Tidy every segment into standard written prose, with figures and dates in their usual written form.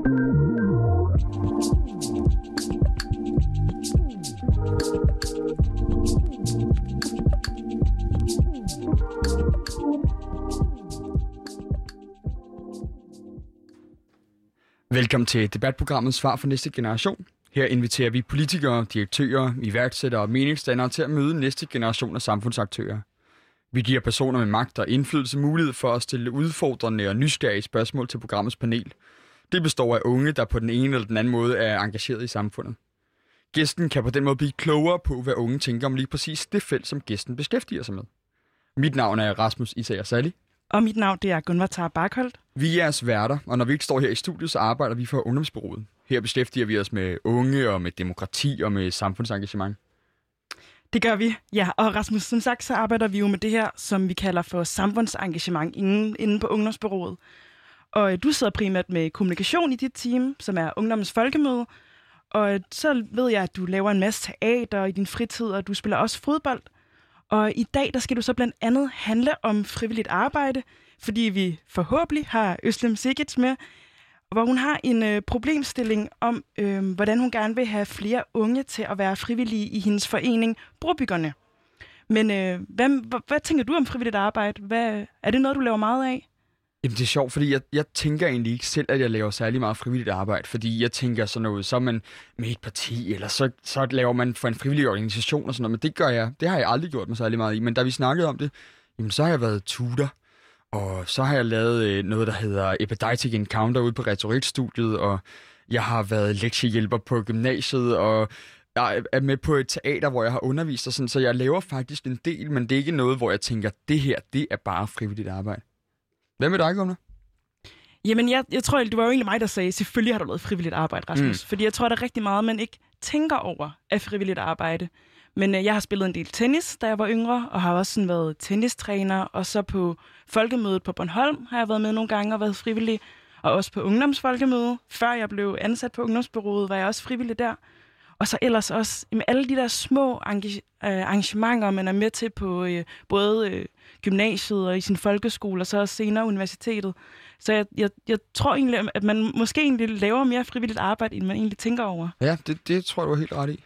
Velkommen til debatprogrammet Svar for næste generation. Her inviterer vi politikere, direktører, iværksættere og meningsdannere til at møde næste generation af samfundsaktører. Vi giver personer med magt og indflydelse mulighed for at stille udfordrende og nysgerrige spørgsmål til programmets panel. Det består af unge, der på den ene eller den anden måde er engageret i samfundet. Gæsten kan på den måde blive klogere på, hvad unge tænker om lige præcis det felt, som gæsten beskæftiger sig med. Mit navn er Rasmus Isager Salli. Og mit navn det er Gunvar Barkholt. Vi er jeres værter, og når vi ikke står her i studiet, så arbejder vi for Ungdomsbureauet. Her beskæftiger vi os med unge og med demokrati og med samfundsengagement. Det gør vi, ja. Og Rasmus, som sagt, så arbejder vi jo med det her, som vi kalder for samfundsengagement inde på Ungdomsbureauet. Og du sidder primært med kommunikation i dit team, som er Ungdommens Folkemøde. Og så ved jeg, at du laver en masse teater i din fritid, og du spiller også fodbold. Og i dag, der skal du så blandt andet handle om frivilligt arbejde, fordi vi forhåbentlig har Özlem Cekic med, hvor hun har en problemstilling om, hvordan hun gerne vil have flere unge til at være frivillige i hendes forening Brobyggerne. Men hvad tænker du om frivilligt arbejde? Er det noget, du laver meget af? Jamen det er sjovt, fordi jeg tænker egentlig ikke selv, at jeg laver særlig meget frivilligt arbejde, fordi jeg tænker sådan noget, så er man med et parti, eller så laver man for en frivillig organisation og sådan noget, men det har jeg aldrig gjort mig særlig meget i, men da vi snakkede om det, jamen så har jeg været tutor, og så har jeg lavet noget, der hedder Epidiotic Encounter ude på retorikstudiet, og jeg har været lektiehjælper på gymnasiet, og jeg er med på et teater, hvor jeg har undervist og sådan, så jeg laver faktisk en del, men det er ikke noget, hvor jeg tænker, det her, det er bare frivilligt arbejde. Hvad med dig, Gunnar? Jamen, jeg tror, det var jo egentlig mig, der sagde, selvfølgelig har du lavet frivilligt arbejde, Rasmus. Fordi jeg tror, der er rigtig meget, man ikke tænker over af frivilligt arbejde. Men jeg har spillet en del tennis, da jeg var yngre, og har også sådan været tennistræner. Og så på folkemødet på Bornholm har jeg været med nogle gange og været frivillig. Og også på ungdomsfolkemøde. Før jeg blev ansat på Ungdomsbureauet, var jeg også frivillig der. Og så ellers også med alle de der små arrangementer, man er med til på både gymnasiet og i sin folkeskole, og så også senere universitetet. Så jeg tror egentlig, at man måske egentlig laver mere frivilligt arbejde, end man egentlig tænker over. Ja, det tror jeg, du er helt ret i.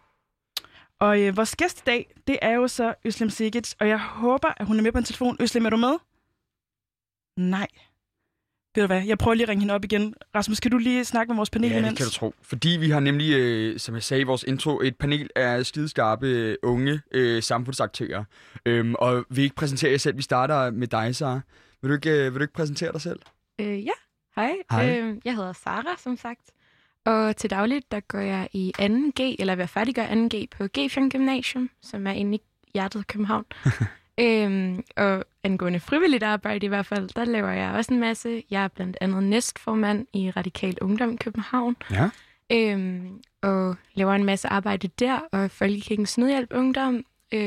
Og vores gæst i dag, det er jo så Özlem Cekic, og jeg håber, at hun er med på en telefon. Özlem, er du med? Nej. Ved du hvad, jeg prøver lige at ringe hende op igen. Rasmus, kan du lige snakke med vores panel imens? Ja, det kan du tro. Fordi vi har nemlig, som jeg sagde i vores intro, et panel af skideskarpe unge samfundsaktører. Og vi ikke præsentere jer selv. Vi starter med dig, Sara. Vil du ikke præsentere dig selv? Ja, hej. Jeg hedder Sara, som sagt. Og til dagligt, der går jeg i 2G, eller vil færdiggøre 2G på Gefjern Gymnasium, som er inde i hjertet af København. Og angående frivilligt arbejde i hvert fald, der laver jeg også en masse. Jeg er blandt andet næstformand i Radikal Ungdom København. Ja. Og laver en masse arbejde der, og Folkekirkens Nødhjælp Ungdom.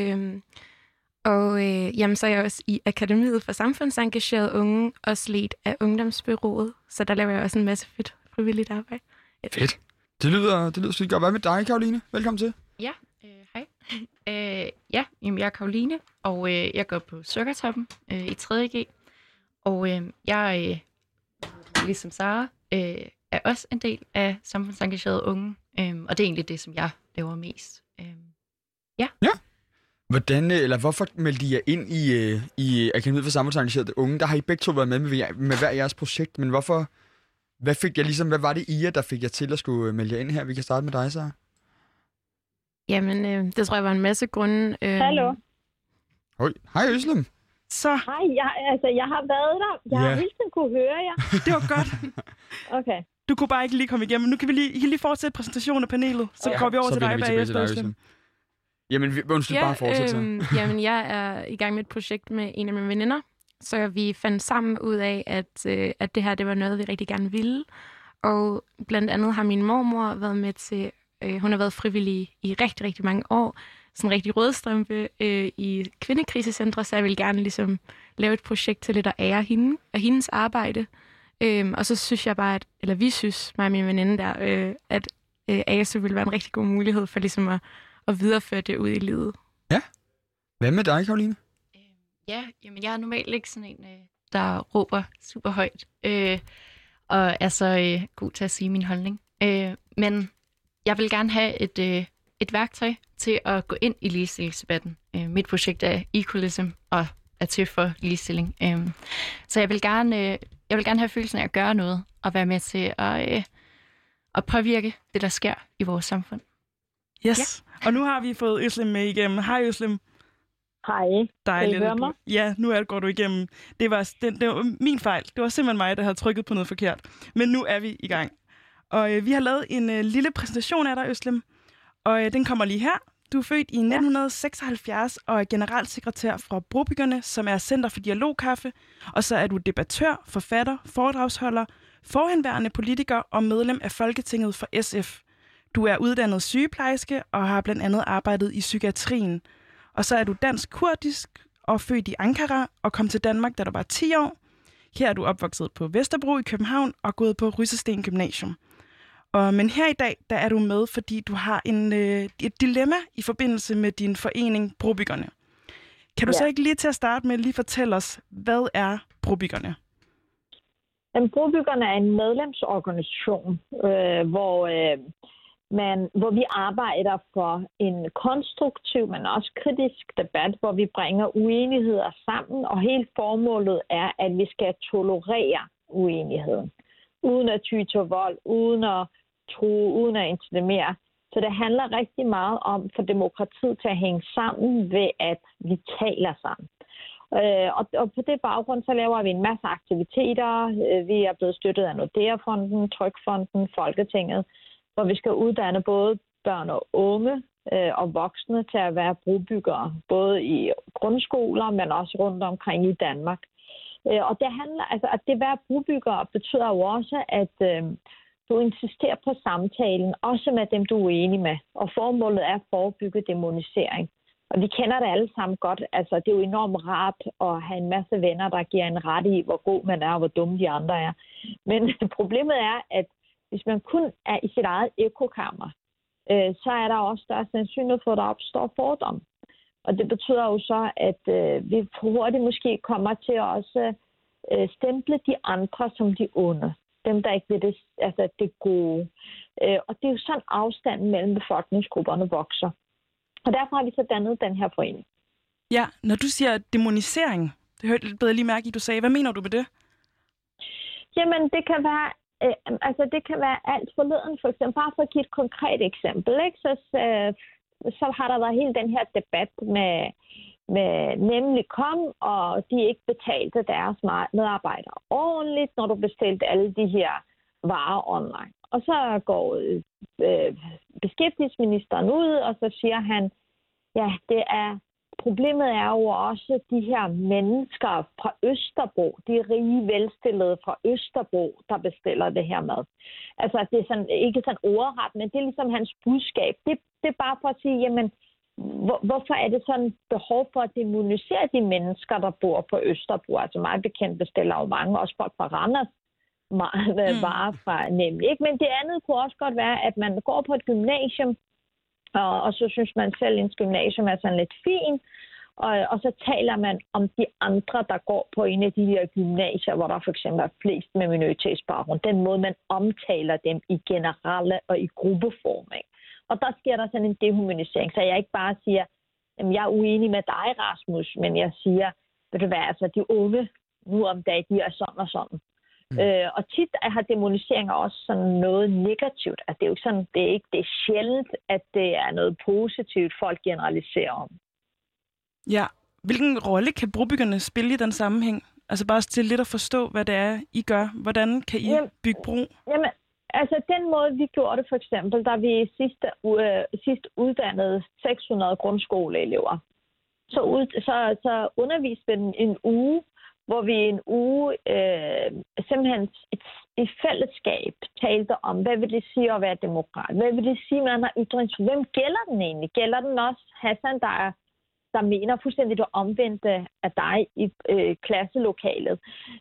Jamen, så er jeg også i Akademiet for Samfundsengagerede Unge, også ledt af Ungdomsbureauet. Så der laver jeg også en masse fedt frivilligt arbejde. Fedt. Det lyder sygt godt. Hvad med dig, Karoline? Velkommen til. Ja, hej. Jeg er Karoline, og jeg går på Sukkertoppen i 3.G. Og jeg, ligesom Sara, er også en del af samfundsengagerede unge. Og det er egentlig det, som jeg laver mest. Ja. Hvorfor meldte I jer ind i Akademiet for Samfundsengagerede Unge? Der har I begge to været med hver jeres projekt, men hvorfor? Hvad var det i jer, der fik jer til at skulle melde jer ind her? Vi kan starte med dig, Sara. Jamen, det tror jeg var en masse grunde. Hallo. Hej, Özlem. Så. Hej, jeg har været der. Jeg har hele tiden kunne høre jer. Det var godt. Okay. Du kunne bare ikke lige komme igennem. Nu kan I kan lige fortsætte præsentationen af panelet, så går vi over til dig bagefter, Özlem. Jamen, undskyld, bare fortsæt så. Jamen, jeg er i gang med et projekt med en af mine veninder, så vi fandt sammen ud af, at det her det var noget, vi rigtig gerne ville. Og blandt andet har min mormor været med til, hun har været frivillig i rigtig, rigtig mange år, sådan en rigtig rødstrømpe i kvindekrisecentre, så jeg vil gerne ligesom lave et projekt til lidt at ære hende og hendes arbejde. Og så synes jeg bare, vi synes, mig og min veninde der, at ASU ville være en rigtig god mulighed for ligesom at videreføre det ud i livet. Ja. Hvad med dig, Karoline? Jamen jeg er normalt ikke sådan en, der råber super højt. og er så god til at sige min holdning. Men jeg vil gerne have et værktøj til at gå ind i ligestillingsdebatten. Mit projekt er Equalism og er til for ligestilling. Så jeg vil gerne have følelsen af at gøre noget og være med til at påvirke det, der sker i vores samfund. Yes, ja. Og nu har vi fået Özlem med igennem. Hej Özlem. Hej. Dejligt. Kan I høre mig? Ja, nu går du igennem. Det var min fejl. Det var simpelthen mig, der havde trykket på noget forkert. Men nu er vi i gang. Og vi har lavet en lille præsentation af dig, Özlem. Og den kommer lige her. Du er født i 1976 og er generalsekretær for Brobyggerne, som er Center for Dialogkaffe. Og så er du debattør, forfatter, foredragsholder, forhenværende politiker og medlem af Folketinget for SF. Du er uddannet sygeplejerske og har blandt andet arbejdet i psykiatrien. Og så er du dansk-kurdisk og født i Ankara og kom til Danmark, da du var 10 år. Her er du opvokset på Vesterbro i København og gået på Rysselsten Gymnasium. Men her i dag, der er du med, fordi du har et dilemma i forbindelse med din forening Brobyggerne. Kan du så ikke lige til at starte med lige fortælle os, hvad er Brobyggerne? Brobyggerne er en medlemsorganisation, hvor vi arbejder for en konstruktiv, men også kritisk debat, hvor vi bringer uenigheder sammen, og helt formålet er, at vi skal tolerere uenigheden, uden at ty til vold, uden at true, uden at intimidere. Så det handler rigtig meget om for demokratiet til at hænge sammen ved, at vi taler sammen. Og på det baggrund, så laver vi en masse aktiviteter. Vi er blevet støttet af Nordea-fonden, Trykfonden, Folketinget, hvor vi skal uddanne både børn og unge og voksne til at være brobyggere, både i grundskoler, men også rundt omkring i Danmark. Og det handler, altså, at det være brobygger betyder jo også, at du insisterer på samtalen, også med dem, du er enig med. Og formålet er at forebygge dæmonisering. Og vi kender det alle sammen godt. Altså, det er jo enormt rart at have en masse venner, der giver en ret i, hvor god man er og hvor dumme de andre er. Men problemet er, at hvis man kun er i sit eget ekokammer, så er der også større sandsynlighed for, at der opstår fordom. Og det betyder jo så, at vi hurtigt måske kommer til at også stemple de andre som de onde. Dem, der ikke vil det gode. Og det er jo sådan, afstanden mellem befolkningsgrupperne vokser. Og derfor har vi så dannet den her forening. Ja, når du siger dæmonisering, det hørte jeg lige mærke i, du sagde. Hvad mener du med det? Jamen, det kan være alt forleden. For eksempel, bare for at give et konkret eksempel, ikke? Så har der været hele den her debat med nemlig kom, og de ikke betalte deres medarbejdere ordentligt, når du bestilte alle de her varer online. Og så går beskæftigelsesministeren ud, og så siger han, ja, problemet er jo også de her mennesker fra Østerbro, de rige velstillede fra Østerbro, der bestiller det her mad. Altså, det er sådan, ikke sådan ordret, men det er ligesom hans budskab. Det er bare for at sige, jamen, hvorfor er det sådan behov for at dæmonisere de mennesker, der bor på Østerbro? Altså meget bekendt bestiller jo mange, også folk fra Randers, varer fra nemlig. Ikke? Men det andet kunne også godt være, at man går på et gymnasium, og så synes man selv, at ens gymnasium er sådan lidt fin, og så taler man om de andre, der går på en af de her gymnasier, hvor der for eksempel er flest med minoritetsbaggrund. Den måde, man omtaler dem i generelle og i gruppeform. Ikke? Og der sker der sådan en dehumanisering, så jeg ikke bare siger, at jeg er uenig med dig, Rasmus, men jeg siger, ved du hvad, altså de unge nu om dagen, de er sådan og sådan. Og tit har dæmoniseringer også sådan noget negativt. Altså, det er jo ikke sådan, det er sjældent, at det er noget positivt, folk generaliserer om. Ja. Hvilken rolle kan brobyggerne spille i den sammenhæng? Altså bare til lidt at forstå, hvad det er, I gør. Hvordan kan I bygge bro? Jamen, altså den måde, vi gjorde det for eksempel, da vi sidst uddannede 600 grundskoleelever, så underviste vi en uge, hvor vi en uge simpelthen i fællesskab talte om, hvad vil det sige at være demokrat? Hvad vil det sige, at man har ytringsfrihed? Hvem gælder den egentlig? Gælder den også Hassan, der mener fuldstændig det omvendte af dig i klasselokalet?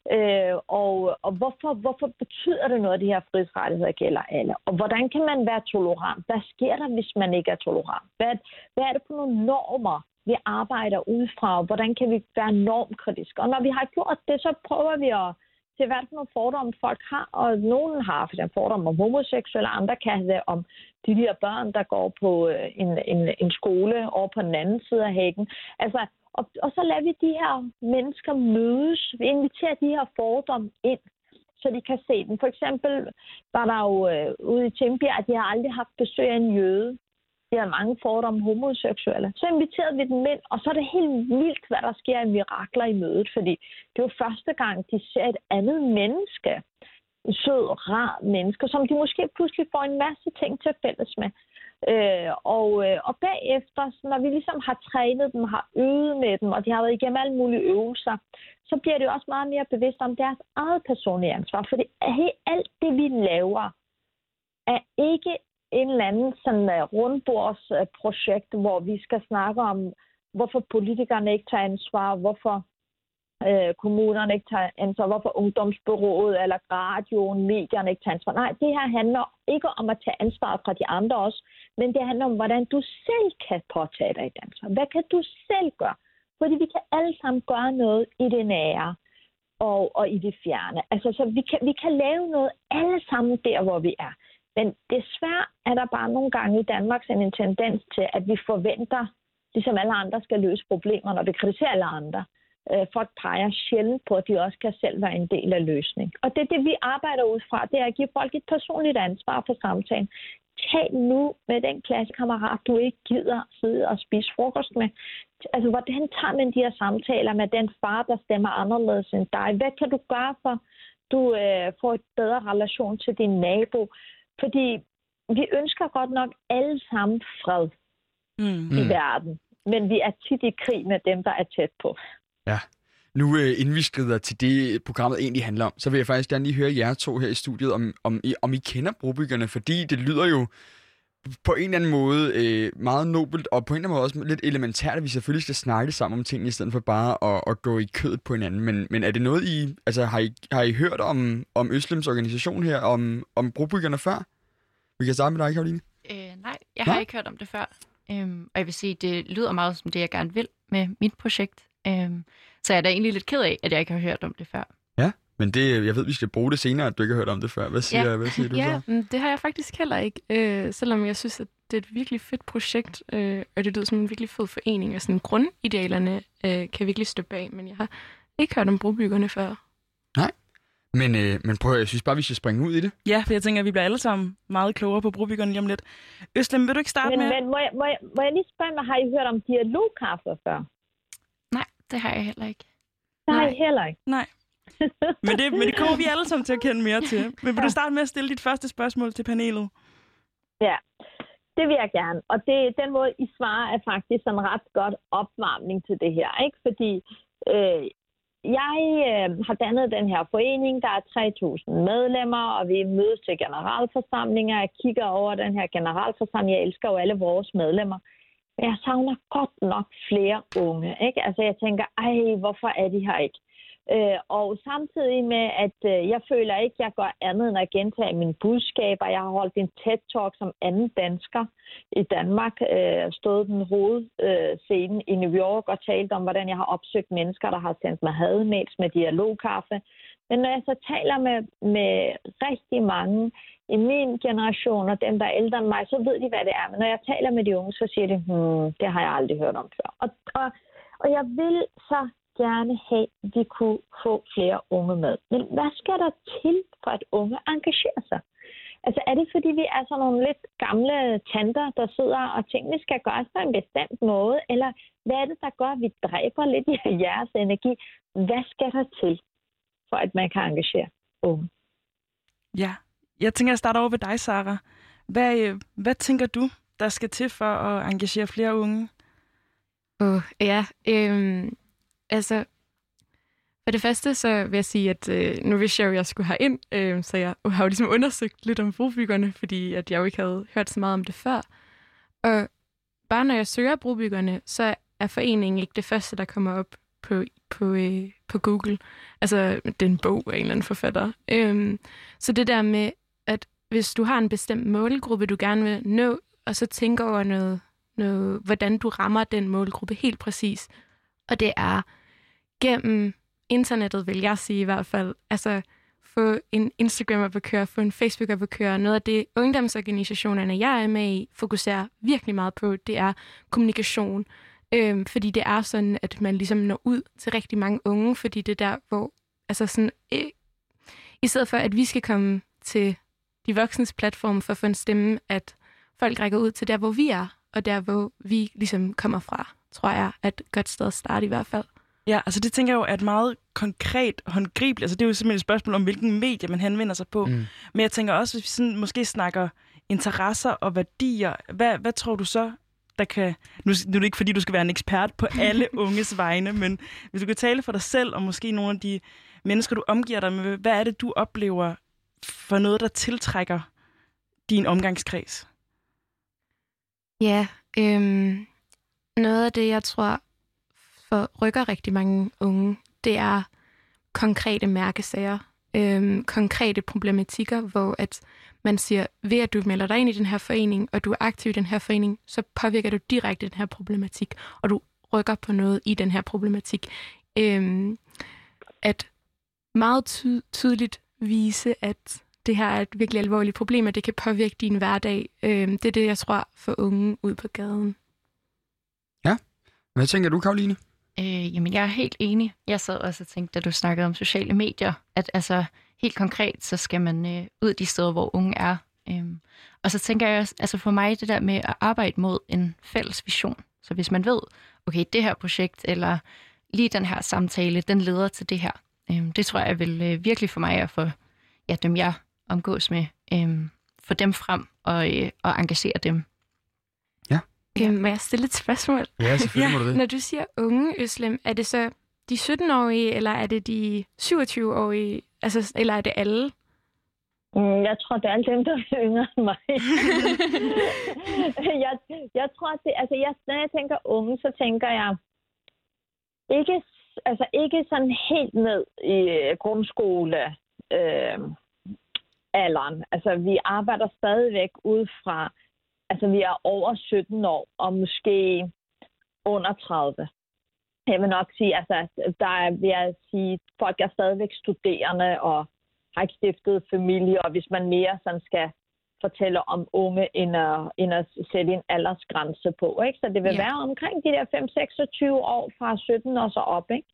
Og hvorfor betyder det noget, at de her frihedsrettigheder gælder alle? Og hvordan kan man være tolerant? Hvad sker der, hvis man ikke er tolerant? Hvad er det for nogle normer, vi arbejder ud fra? Hvordan kan vi være normkritiske? Og når vi har gjort det, så prøver vi at til hvad for nogle fordomme folk har, og nogen har for eksempel fordomme om homoseksuelle, andre kan have det om de her børn, der går på en skole over på den anden side af hækken. Altså, og så lader vi de her mennesker mødes. Vi inviterer de her fordomme ind, så de kan se dem. For eksempel var der jo ude i Tingbjerg, at de har aldrig haft besøg af en jøde. De har mange fordomme om homoseksuelle. Så inviterede vi dem ind, og så er det helt vildt, hvad der sker af mirakler i mødet, fordi det er jo første gang, de ser et andet menneske. En sød, rar menneske, som de måske pludselig får en masse ting til fælles med. Og bagefter, når vi ligesom har trænet dem, har øvet med dem, og de har været igennem alle mulige øvelser, så bliver det også meget mere bevidst om deres eget personlige ansvar. Fordi alt det, vi laver, er ikke en eller anden sådan rundbordsprojekt, hvor vi skal snakke om, hvorfor politikerne ikke tager ansvar, hvorfor kommunerne ikke tager ansvar, hvorfor ungdomsbureauet eller radioen, medierne ikke tager ansvar. Nej, det her handler ikke om at tage ansvar fra de andre også, men det handler om, hvordan du selv kan påtage dig et ansvar. Hvad kan du selv gøre? Fordi vi kan alle sammen gøre noget i det nære og i det fjerne. Altså, så vi kan lave noget alle sammen der, hvor vi er. Men desværre er der bare nogle gange i Danmark sådan en tendens til, at vi forventer, ligesom alle andre skal løse problemer, når vi kritiserer alle andre. Folk peger sjældent på, at de også kan selv være en del af løsningen. Og det er det, vi arbejder ud fra, det er at give folk et personligt ansvar for samtalen. Tal nu med den klassekammerat, du ikke gider sidde og spise frokost med. Altså, hvordan tager man de her samtaler med den far, der stemmer anderledes end dig? Hvad kan du gøre for, du får et bedre relation til din nabo? Fordi vi ønsker godt nok alle sammen fred i verden, men vi er tit i krig med dem, der er tæt på. Ja. Nu inden vi skrider til det, programmet egentlig handler om, så vil jeg faktisk gerne lige høre jer to her i studiet, om I kender brobyggerne, fordi det lyder jo på en eller anden måde meget nobelt, og på en eller anden måde også lidt elementært, at vi selvfølgelig skal snakke sammen om tingene, i stedet for bare at gå i kødet på hinanden. Men er det noget, har I hørt om Øslems organisation her, om brobyggerne før? Vi kan starte med dig, Karoline. Nej, jeg har ikke hørt om det før. Og jeg vil sige, det lyder meget som det, jeg gerne vil med mit projekt. Så jeg er da egentlig lidt ked af, at jeg ikke har hørt om det før. Ja, men jeg ved, vi skal bruge det senere, at du ikke har hørt om det før. Hvad siger du så? Ja, det har jeg faktisk heller ikke. Selvom jeg synes, at det er et virkelig fedt projekt, og det lyder som en virkelig fed forening, og sådan grundidealerne kan virkelig stå bag, men jeg har ikke hørt om brobyggerne før. Nej, men prøv, jeg synes bare, vi skal springe ud i det. Ja, for jeg tænker, at vi bliver alle sammen meget klogere på brobyggerne lige om lidt. Øslem, vil du ikke starte med? Men må jeg lige spørge mig, har I hørt om dialogkaffe før? Nej, det har jeg heller ikke. Det har I heller ikke? Nej. Men det kommer vi alle sammen til at kende mere til. Men vil du starte med at stille dit første spørgsmål til panelet? Ja, det vil jeg gerne. Og den måde, I svarer, er faktisk en ret godt opvarmning til det her. Ikke? Fordi jeg har dannet den her forening. Der er 3.000 medlemmer, og vi mødes til generalforsamlinger. Jeg kigger over den her generalforsamling. Jeg elsker jo alle vores medlemmer. Men jeg savner godt nok flere unge. Ikke? Altså jeg tænker, hvorfor er de her ikke? Og samtidig med, at jeg føler ikke, at jeg gør andet end at gentage mine budskaber. Jeg har holdt en TED-talk som anden dansker i Danmark, stået den hovedscene i New York og talt om, hvordan jeg har opsøgt mennesker, der har sendt mig hademails med dialogkaffe. Men når jeg så taler med rigtig mange i min generation, og dem, der er ældre end mig, så ved de, hvad det er. Men når jeg taler med de unge, så siger de, det har jeg aldrig hørt om før. Og jeg vil så gerne have, at vi kunne få flere unge med. Men hvad skal der til, for at unge engagerer sig? Altså er det, fordi vi er sådan nogle lidt gamle tanter, der sidder og tingene skal gøres på en bestemt måde? Eller hvad er det, der gør, at vi dræber lidt i jeres energi? Hvad skal der til, for at man kan engagere unge? Ja, jeg tænker, at starte over ved dig, Sara. Hvad tænker du, der skal til for at engagere flere unge? Altså, for det første, så vil jeg sige, at nu vidste jeg jo, at jeg skulle herind, så jeg har jo ligesom undersøgt lidt om brobyggerne, fordi at jeg jo ikke havde hørt så meget om det før. Og bare når jeg søger brobyggerne, så er foreningen ikke det første, der kommer op på Google. Altså, det er en bog af en eller anden forfatter. Så det der med, at hvis du har en bestemt målgruppe, du gerne vil nå, og så tænker over noget, hvordan du rammer den målgruppe helt præcis. Og det er gennem internettet, vil jeg sige i hvert fald. Altså, få en Instagram op at køre, få en Facebook op at køre. Noget af det, ungdomsorganisationerne, jeg er med i, fokuserer virkelig meget på, det er kommunikation. Fordi det er sådan, at man ligesom når ud til rigtig mange unge, fordi det er der, hvor, altså sådan, i stedet for, at vi skal komme til de voksnes platform for at få en stemme, at folk rækker ud til der, hvor vi er, og der, hvor vi ligesom kommer fra, tror jeg, er et godt sted at starte i hvert fald. Ja, altså det tænker jeg jo er et meget konkret, håndgribeligt. Altså det er jo simpelthen et spørgsmål om, hvilken medie man henvender sig på. Men jeg tænker også, hvis vi sådan, måske snakker interesser og værdier, hvad tror du så, der kan... Nu er det ikke, fordi du skal være en ekspert på alle unges vegne, men hvis du kan tale for dig selv, og måske nogle af de mennesker, du omgiver dig med, hvad er det, du oplever for noget, der tiltrækker din omgangskreds? Ja, noget af det, jeg tror rykker rigtig mange unge, det er konkrete mærkesager, konkrete problematikker, hvor at man siger, ved at du melder dig ind i den her forening, og du er aktiv i den her forening, så påvirker du direkte den her problematik, og du rykker på noget i den her problematik. At meget tydeligt vise, at det her er et virkelig alvorligt problem, og det kan påvirke din hverdag. Det er det, jeg tror, for unge ud på gaden. Ja. Hvad tænker du, Karoline? Jamen, jeg er helt enig. Jeg sad også og tænkte, da du snakkede om sociale medier, at altså helt konkret, så skal man ud de steder, hvor unge er. Og så tænker jeg også, altså for mig, det der med at arbejde mod en fælles vision. Så hvis man ved, okay, det her projekt, eller lige den her samtale, den leder til det her. Det tror jeg vil virkelig for mig at få dem, jeg omgås med, få dem frem og engagere dem. Må jeg stille et spørgsmål? Ja, selvfølgelig må du det. Når du siger unge, Özlem, er det så de 17-årige, eller er det de 27-årige, altså, eller er det alle? Jeg tror, det er alle dem, der er yngre end mig. jeg tror, at når jeg tænker unge, så tænker jeg ikke sådan helt ned i grundskole alderen. Altså, vi arbejder stadigvæk ud fra. Altså, vi er over 17 år, og måske under 30. Jeg vil nok sige, altså, folk er stadigvæk studerende og har ikke stiftet familie, og hvis man mere sådan skal fortælle om unge, end at sætte en aldersgrænse på, ikke? Så det vil være omkring de der 5-26 år fra 17 og så op, ikke?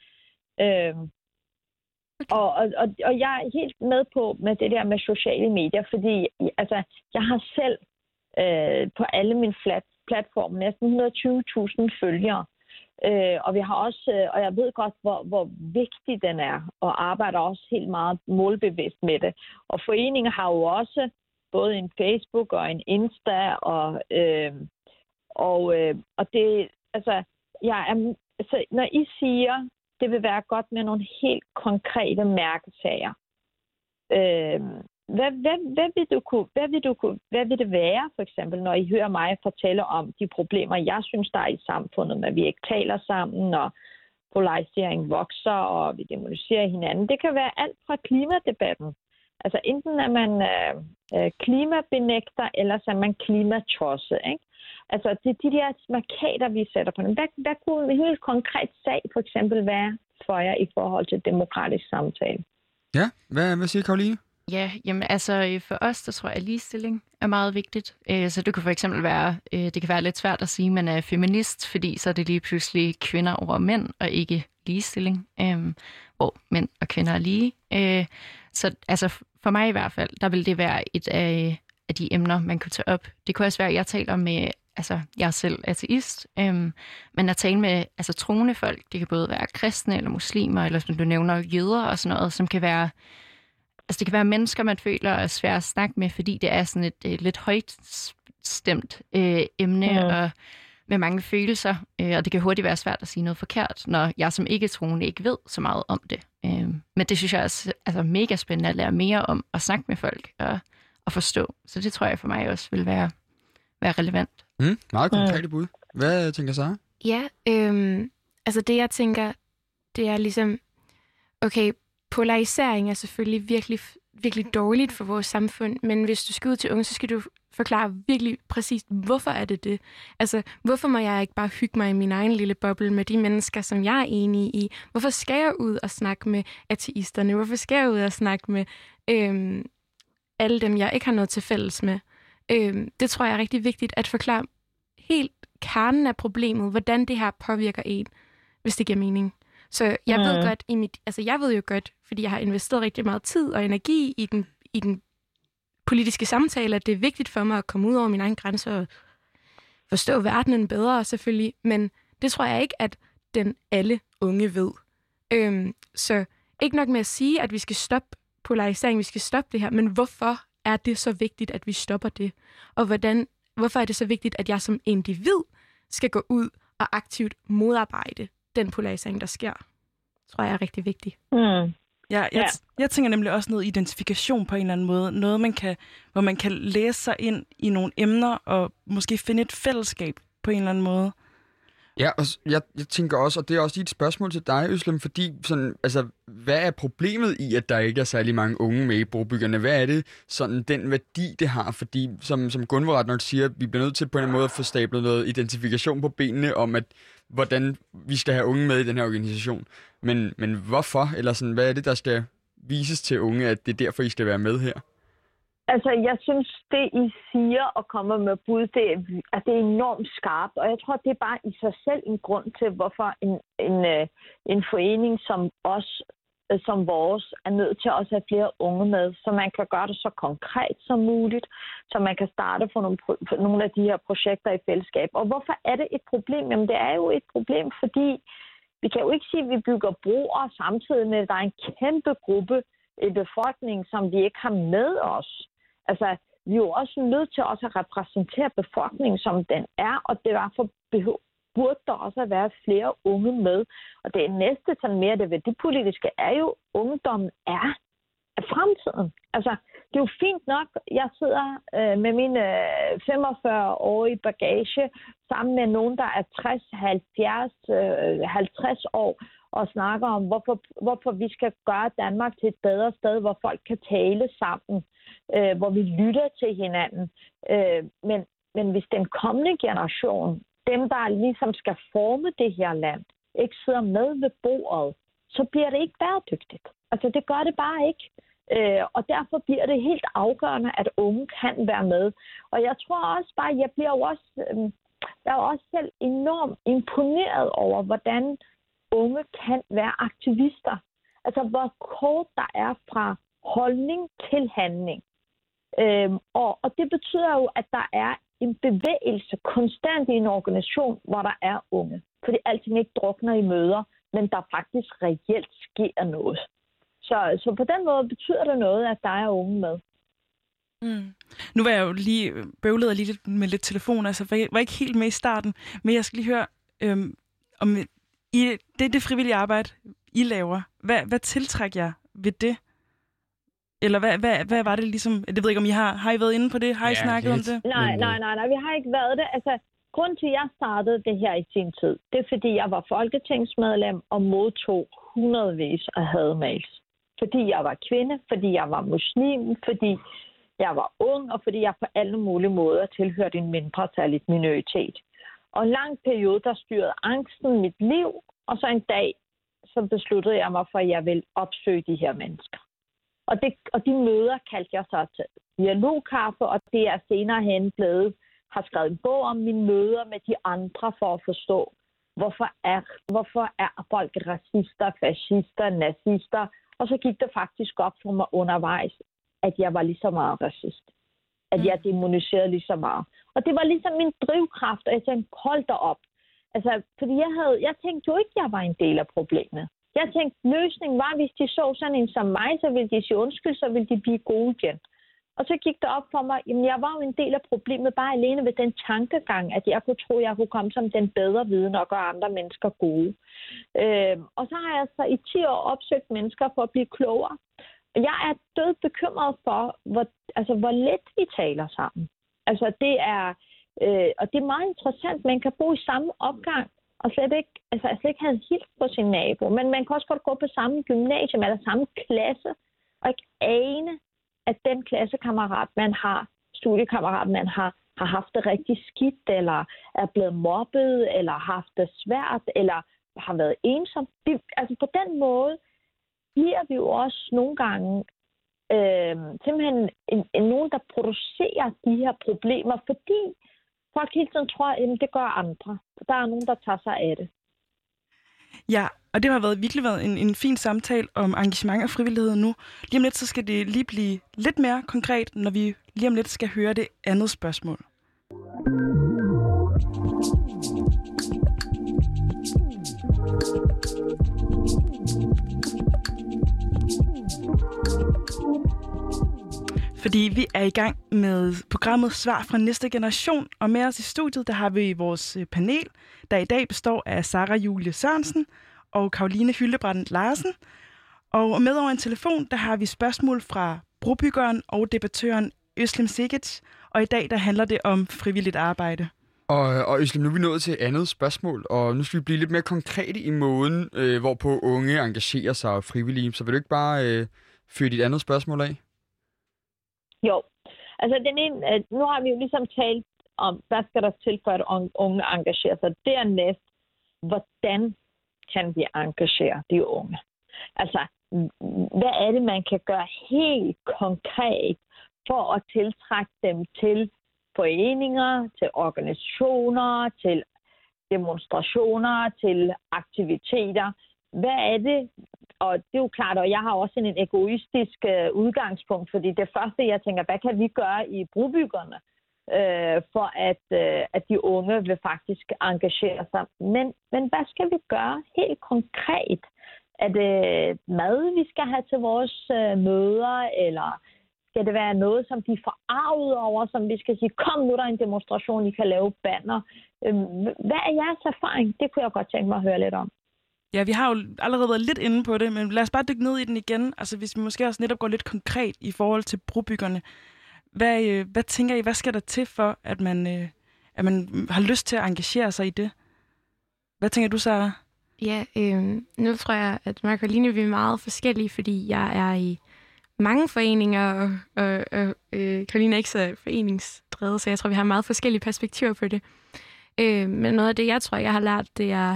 Og jeg er helt med på med det der med sociale medier, fordi altså, jeg har selv på alle mine platforme næsten 120.000 følgere. Og vi har også, og jeg ved godt, hvor vigtig den er, og arbejder også helt meget målbevidst med det. Og foreninger har jo også både en Facebook og en Insta, og det, altså, så når I siger, det vil være godt med nogle helt konkrete mærkesager, hvad vil det være, for eksempel, når I hører mig fortælle om de problemer, jeg synes, der er i samfundet, når vi ikke taler sammen, og polarisering vokser, og vi demoniserer hinanden. Det kan være alt fra klimadebatten. Altså enten er man klimabenægter, eller så er man klimatosse, ikke? Altså det er de der markader, vi sætter på dem. Hvad kunne en helt konkret sag for eksempel være for jer i forhold til demokratisk samtale? Ja, hvad siger Karoline? Ja, jamen altså for os, der tror jeg, at ligestilling er meget vigtigt. Så det kan for eksempel være, det kan være lidt svært at sige, at man er feminist, fordi så er det lige pludselig kvinder over mænd, og ikke ligestilling, hvor mænd og kvinder er lige. Så altså for mig i hvert fald, der vil det være et af de emner, man kunne tage op. Det kunne også være, at jeg taler med, altså jeg er selv ateist, men at tale med altså troende folk, det kan både være kristne eller muslimer, eller som du nævner, jøder og sådan noget, som kan være. Altså det kan være mennesker, man føler er svært at snakke med, fordi det er sådan et lidt højt stemt emne og med mange følelser. Og det kan hurtigt være svært at sige noget forkert, når jeg som ikke-troende ikke ved så meget om det. Men det synes jeg er altså mega spændende at lære mere om at snakke med folk og forstå. Så det tror jeg for mig også vil være relevant. Meget konkrete bud. Hvad tænker Sara? Ja, altså det jeg tænker, det er ligesom, okay, polarisering er selvfølgelig virkelig, virkelig dårligt for vores samfund, men hvis du skal ud til unge, så skal du forklare virkelig præcist, hvorfor er det det? Altså, hvorfor må jeg ikke bare hygge mig i min egen lille boble med de mennesker, som jeg er enig i? Hvorfor skal jeg ud og snakke med ateisterne? Hvorfor skal jeg ud og snakke med alle dem, jeg ikke har noget til fælles med? Det tror jeg er rigtig vigtigt at forklare helt kernen af problemet, hvordan det her påvirker en, hvis det giver mening. Så jeg ved godt, jeg ved jo godt, fordi jeg har investeret rigtig meget tid og energi i den politiske samtale, at det er vigtigt for mig at komme ud over min egen grænse og forstå verdenen bedre selvfølgelig, men det tror jeg ikke, at alle unge ved. Så ikke nok med at sige, at vi skal stoppe polarisering, vi skal stoppe det her, men hvorfor er det så vigtigt, at vi stopper det? Og hvorfor er det så vigtigt, at jeg som individ skal gå ud og aktivt modarbejde den polarisering, der sker? Det tror jeg er rigtig vigtigt. Ja, jeg tænker nemlig også noget identifikation på en eller anden måde. Noget, hvor man kan læse sig ind i nogle emner og måske finde et fællesskab på en eller anden måde. Ja, og jeg tænker også, og det er også lige et spørgsmål til dig, Özlem, fordi sådan, altså, hvad er problemet i, at der ikke er særlig mange unge med i Brobyggerne? Hvad er det, sådan den værdi, det har? Fordi, som Gunvor ret nok siger, vi bliver nødt til på en måde at få stablet noget identifikation på benene om, at hvordan vi skal have unge med i den her organisation. Men hvorfor? Eller sådan, hvad er det, der skal vises til unge, at det er derfor, I skal være med her? Altså, jeg synes, det I siger og kommer med bud, det er enormt skarpt. Og jeg tror, det er bare i sig selv en grund til, hvorfor en forening som os, som vores, er nødt til også at have flere unge med, så man kan gøre det så konkret som muligt, så man kan starte for nogle af de her projekter i fællesskab. Og hvorfor er det et problem? Jamen, det er jo et problem, fordi vi kan jo ikke sige, at vi bygger broer samtidig med, at der er en kæmpe gruppe i befolkningen, som vi ikke har med os. Altså, vi er jo også nødt til også at repræsentere befolkningen, som den er, og derfor burde der også være flere unge med. Og det næste, sådan mere det værdipolitiske, er jo, ungdommen er fremtiden. Altså, det er jo fint nok, jeg sidder med min 45-årige bagage sammen med nogen, der er 60, 70, 50 år, og snakker om, hvorfor vi skal gøre Danmark til et bedre sted, hvor folk kan tale sammen, hvor vi lytter til hinanden. Men hvis den kommende generation, dem der ligesom skal forme det her land, ikke sidder med ved bordet, så bliver det ikke bæredygtigt. Altså det gør det bare ikke. Og derfor bliver det helt afgørende, at unge kan være med. Og jeg tror også bare, jeg er jo også selv enormt imponeret over, hvordan unge kan være aktivister. Altså, hvor kort der er fra holdning til handling. Og det betyder jo, at der er en bevægelse konstant i en organisation, hvor der er unge. Fordi alting ikke drukner i møder, men der faktisk reelt sker noget. Så på den måde betyder det noget, at der er unge med. Nu var jeg jo lige bøvlet lige med lidt telefon, altså var ikke helt med i starten, men jeg skal lige høre, om det frivillige arbejde, I laver, hvad tiltrækker jer ved det? Eller hvad var det ligesom? Det ved jeg ikke, om I har I været inde på det? Har I snakket om det? Nej, vi har ikke været det. Altså, grunden til, at jeg startede det her i sin tid, det er, fordi jeg var folketingsmedlem og modtog hundredvis af hademails. Fordi jeg var kvinde, fordi jeg var muslim, fordi jeg var ung, og fordi jeg på alle mulige måder tilhørte en mindretallig minoritet. Og en lang periode, der styrede angsten mit liv, og så en dag, så besluttede jeg mig for, at jeg ville opsøge de her mennesker. Og de møder kaldte jeg så til dialogkaffe, og det er senere hen har skrevet en bog om mine møder med de andre for at forstå, hvorfor er folk racister, fascister, nazister. Og så gik det faktisk op for mig undervejs, at jeg var lige så meget racist. At jeg demoniserede lige så meget. Og det var ligesom min drivkraft, og jeg tænkte, hold da op. Altså, fordi jeg tænkte jo ikke, at jeg var en del af problemet. Jeg tænkte, løsningen var, hvis de så sådan en som mig, så ville de sige undskyld, så ville de blive gode igen. Og så gik det op for mig, jamen jeg var jo en del af problemet bare alene ved den tankegang, at jeg kunne tro, at jeg kunne komme som den bedre viden og gøre andre mennesker gode. Og så har jeg så i 10 år opsøgt mennesker for at blive klogere. Jeg er død bekymret for, hvor lidt vi taler sammen. Altså det er, og det er meget interessant, man kan bo i samme opgang og slet ikke have hilst på sin nabo. Men man kan også godt gå på samme gymnasium eller samme klasse og ikke ane, at den klassekammerat, man har, studiekammeraten har haft det rigtig skidt, eller er blevet mobbet, eller har haft det svært, eller har været ensom. Altså på den måde bliver vi jo også nogle gange simpelthen nogen, der producerer de her problemer, fordi folk hele tiden tror, at det gør andre. Der er nogen, der tager sig af det. Ja, og det har virkelig været en fin samtale om engagement og frivillighed nu. Lige om lidt, så skal det lige blive lidt mere konkret, når vi lige om lidt skal høre det andet spørgsmål. Fordi vi er i gang med programmet Svar fra næste generation, og med os i studiet, der har vi vores panel, der i dag består af Sara Julie Sørensen og Caroline Hyldebrandt Larsen. Og med over en telefon, der har vi spørgsmål fra brobyggeren og debattøren Özlem Cekic, og i dag der handler det om frivilligt arbejde. Og Özlem, nu er vi nået til et andet spørgsmål, og nu skal vi blive lidt mere konkrete i måden, hvorpå unge engagerer sig frivillige. Så vil du ikke bare fyre dit andet spørgsmål af? Jo, altså nu har vi jo ligesom talt om, hvad skal der til for, at unge engagerer sig. Dernæst, hvordan kan vi engagere de unge? Altså, hvad er det, man kan gøre helt konkret for at tiltrække dem til foreninger, til organisationer, til demonstrationer, til aktiviteter? Hvad er det? Og det er jo klart, og jeg har også en egoistisk udgangspunkt, fordi det første, jeg tænker, hvad kan vi gøre i brobyggerne, for at de unge vil faktisk engagere sig? Men hvad skal vi gøre helt konkret? Er det mad, vi skal have til vores møder, eller skal det være noget, som de er forarvet over, som vi skal sige, kom nu, der er en demonstration, I kan lave banner. Hvad er jeres erfaring? Det kunne jeg godt tænke mig at høre lidt om. Ja, vi har jo allerede været lidt inde på det, men lad os bare dykke ned i den igen. Altså hvis vi måske også netop går lidt konkret i forhold til brobyggerne. Hvad tænker I, hvad skal der til for, at man har lyst til at engagere sig i det? Hvad tænker du, Sara? Ja, nu tror jeg, at mig og Caroline, vi er meget forskellige, fordi jeg er i mange foreninger, og Caroline er ikke så foreningsdrevet, så jeg tror, vi har meget forskellige perspektiver på det. Men noget af det, jeg tror, jeg har lært, det er,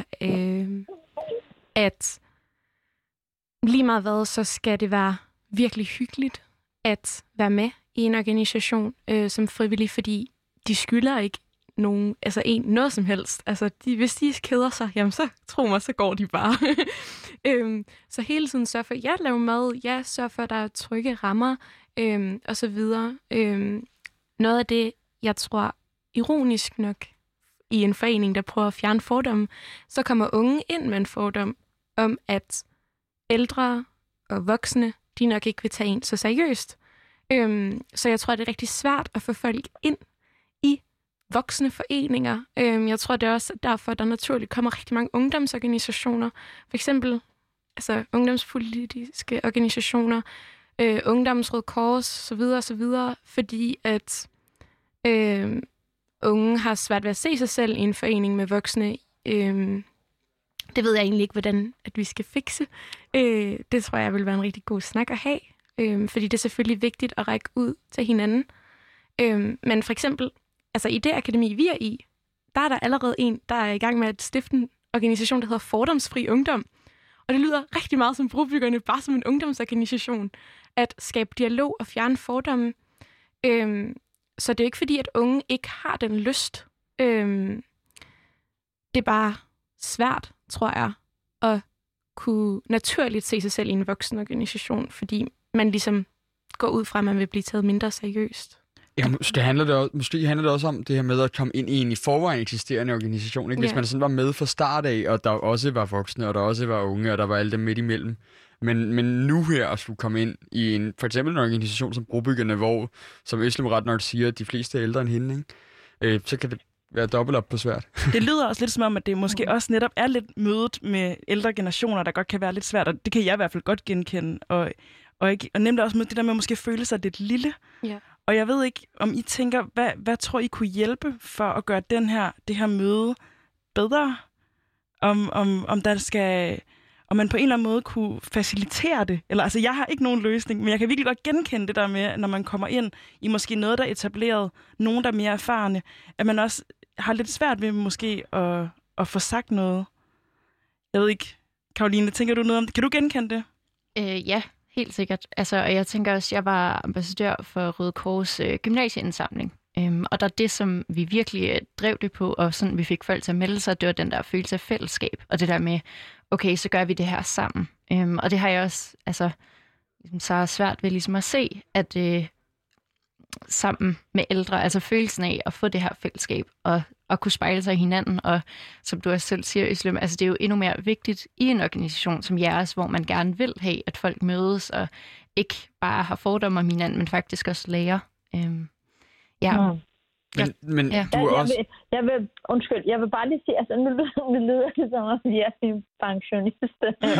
at lige meget hvad, så skal det være virkelig hyggeligt at være med i en organisation som frivillig, fordi de skylder ikke nogen, altså noget som helst. Altså, hvis de keder sig, jamen så tro mig, så går de bare. Så hele tiden sørg for, at lave mad, sørg for, at der er trygge rammer, og så videre. Noget af det, jeg tror, ironisk nok, i en forening, der prøver at fjerne fordomme, så kommer unge ind med en fordom om, at ældre og voksne, de nok ikke vil tage en så seriøst. Så jeg tror, det er rigtig svært at få folk ind i voksne foreninger. Jeg tror, det er også derfor, der naturligt kommer rigtig mange ungdomsorganisationer. For eksempel altså ungdomspolitiske organisationer, Ungdommens Røde Kors, så videre, fordi at unge har svært ved at se sig selv i en forening med voksne. Det ved jeg egentlig ikke, hvordan at vi skal fikse. Det tror jeg vil være en rigtig god snak at have, fordi det er selvfølgelig vigtigt at række ud til hinanden. Men for eksempel, altså i det akademi, vi er i, der er der allerede en, der er i gang med at stifte en organisation, der hedder Fordomsfri Ungdom. Og det lyder rigtig meget som brobyggerne, bare som en ungdomsorganisation, at skabe dialog og fjerne fordomme. Så det er ikke fordi, at unge ikke har den lyst. Det er bare svært, tror jeg, at kunne naturligt se sig selv i en voksen organisation, fordi man ligesom går ud fra, at man vil blive taget mindre seriøst. Ja, måske handler det også om det her med at komme ind i en i forvejen eksisterende organisation. Ikke? Hvis man sådan var med fra start af, og der også var voksne, og der også var unge, og der var alle dem midt imellem. Men nu her at skulle komme ind i for eksempel en organisation som Brobyggerne, hvor, som Özlem ret nok siger, at de fleste er ældre end hende, ikke? Så kan det være dobbelt op på svært. Det lyder også lidt som om, at det måske også netop er lidt mødet med ældre generationer, der godt kan være lidt svært, og det kan jeg i hvert fald godt genkende. Og nemt også med det der med at måske føle sig lidt lille. Ja. Og jeg ved ikke, om I tænker, hvad tror I kunne hjælpe for at gøre det her møde bedre? Om om man på en eller anden måde kunne facilitere det. Eller, altså, jeg har ikke nogen løsning, men jeg kan virkelig godt genkende det der med, når man kommer ind i måske noget, der er etableret, nogen, der er mere erfarne, at man også har lidt svært ved måske at få sagt noget. Jeg ved ikke, Karoline, tænker du noget om det? Kan du genkende det? Ja, helt sikkert. Altså, og jeg tænker også, jeg var ambassadør for Røde Kors gymnasieindsamling. Og der er det, som vi virkelig drev det på, og sådan vi fik folk til at melde sig, det var den der følelse af fællesskab, og det der med, okay, så gør vi det her sammen. Og det har jeg også, altså, så er svært ved ligesom at se, at sammen med ældre, altså følelsen af at få det her fællesskab, og kunne spejle sig i hinanden, og som du også selv siger, Özlem, altså det er jo endnu mere vigtigt i en organisation som jeres, hvor man gerne vil have, at folk mødes, og ikke bare har fordomme om hinanden, men faktisk også lærer. Ja. Men ja. du er også... Jeg vil bare lige sige, altså nu lyder det som om vi er en pensionist.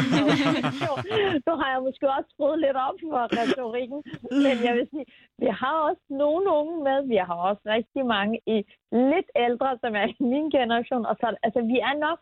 Nu har jeg måske også skruet lidt op for retorikken, men jeg vil sige, vi har også nogle unge med, vi har også rigtig mange i lidt ældre, som er i min generation, og så, altså vi er nok,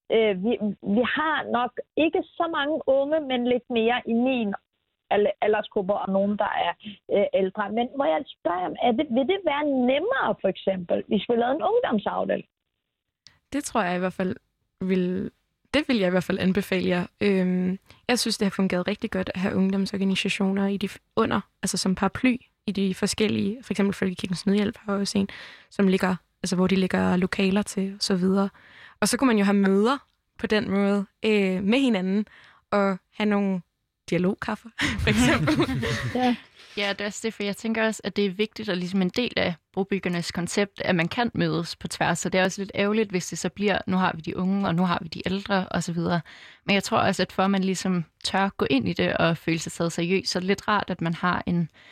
vi har nok ikke så mange unge, men lidt mere i min aldersgrupper og nogen, der er ældre. Men må jeg spørge om, vil det være nemmere, for eksempel, hvis vi lavede en ungdomsaftale? Det tror jeg i hvert fald det vil jeg i hvert fald anbefale jer. Jeg synes, det har fungeret rigtig godt at have ungdomsorganisationer i altså som paraply i de forskellige, for eksempel Folkekirkens Nødhjælp har også en, som ligger, altså hvor de ligger lokaler til, og så videre. Og så kunne man jo have møder på den måde med hinanden, og have nogle dialogkaffe, for eksempel. Ja, det er også det, for jeg tænker også, at det er vigtigt, og ligesom en del af brobyggernes koncept, at man kan mødes på tværs, så det er også lidt ærgerligt, hvis det så bliver, nu har vi de unge, og nu har vi de ældre, osv. Men jeg tror også, at for at man ligesom tør gå ind i det, og føle sig taget seriøst, så er det lidt rart, at man har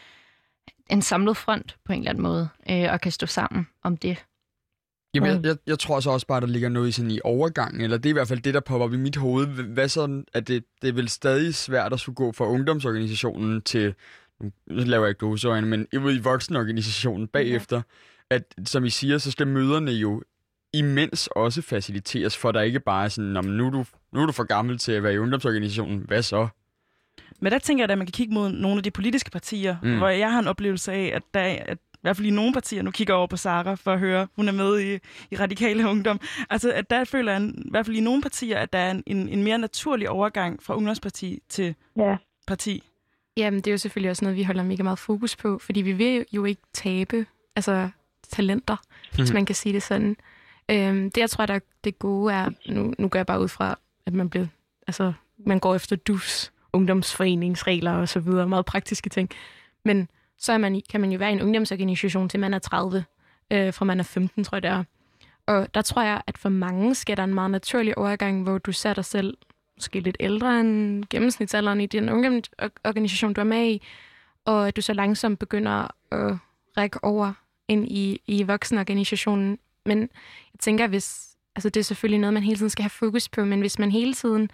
en samlet front på en eller anden måde, og kan stå sammen om det. Jamen, jeg tror så også bare, der ligger noget i sådan i overgangen, eller det er i hvert fald det, der popper op i mit hoved. Hvad sådan, at det er vel stadig svært at skulle gå fra ungdomsorganisationen til, nu laver jeg ikke gåseøjne, men i voksenorganisationen bagefter, at som I siger, så skal møderne jo imens også faciliteres, for der ikke bare er sådan, nu er du for gammel til at være i ungdomsorganisationen, hvad så? Men der tænker jeg, at man kan kigge mod nogle af de politiske partier, hvor jeg har en oplevelse af, at der er, i hvert fald i nogle partier, nu kigger jeg over på Sara for at høre, hun er med i Radikale Ungdom. Altså, at der føler jeg, i hvert fald i nogle partier, at der er en mere naturlig overgang fra ungdomsparti til parti. Jamen, det er jo selvfølgelig også noget, vi holder mega meget fokus på, fordi vi vil jo ikke tabe talenter, hvis man kan sige det sådan. Det, jeg tror, der er det gode er, nu går jeg bare ud fra, at man går efter DUFs ungdomsforeningsregler og så videre, meget praktiske ting. Men så kan man jo være i en ungdomsorganisation til man er 30, fra man er 15, tror jeg det er. Og der tror jeg, at for mange sker der en meget naturlig overgang, hvor du ser dig selv måske lidt ældre end gennemsnitsalderen i den ungdomsorganisation, du er med i, og at du så langsomt begynder at række over ind i voksenorganisationen. Men jeg tænker, det er selvfølgelig noget, man hele tiden skal have fokus på, men hvis man hele tiden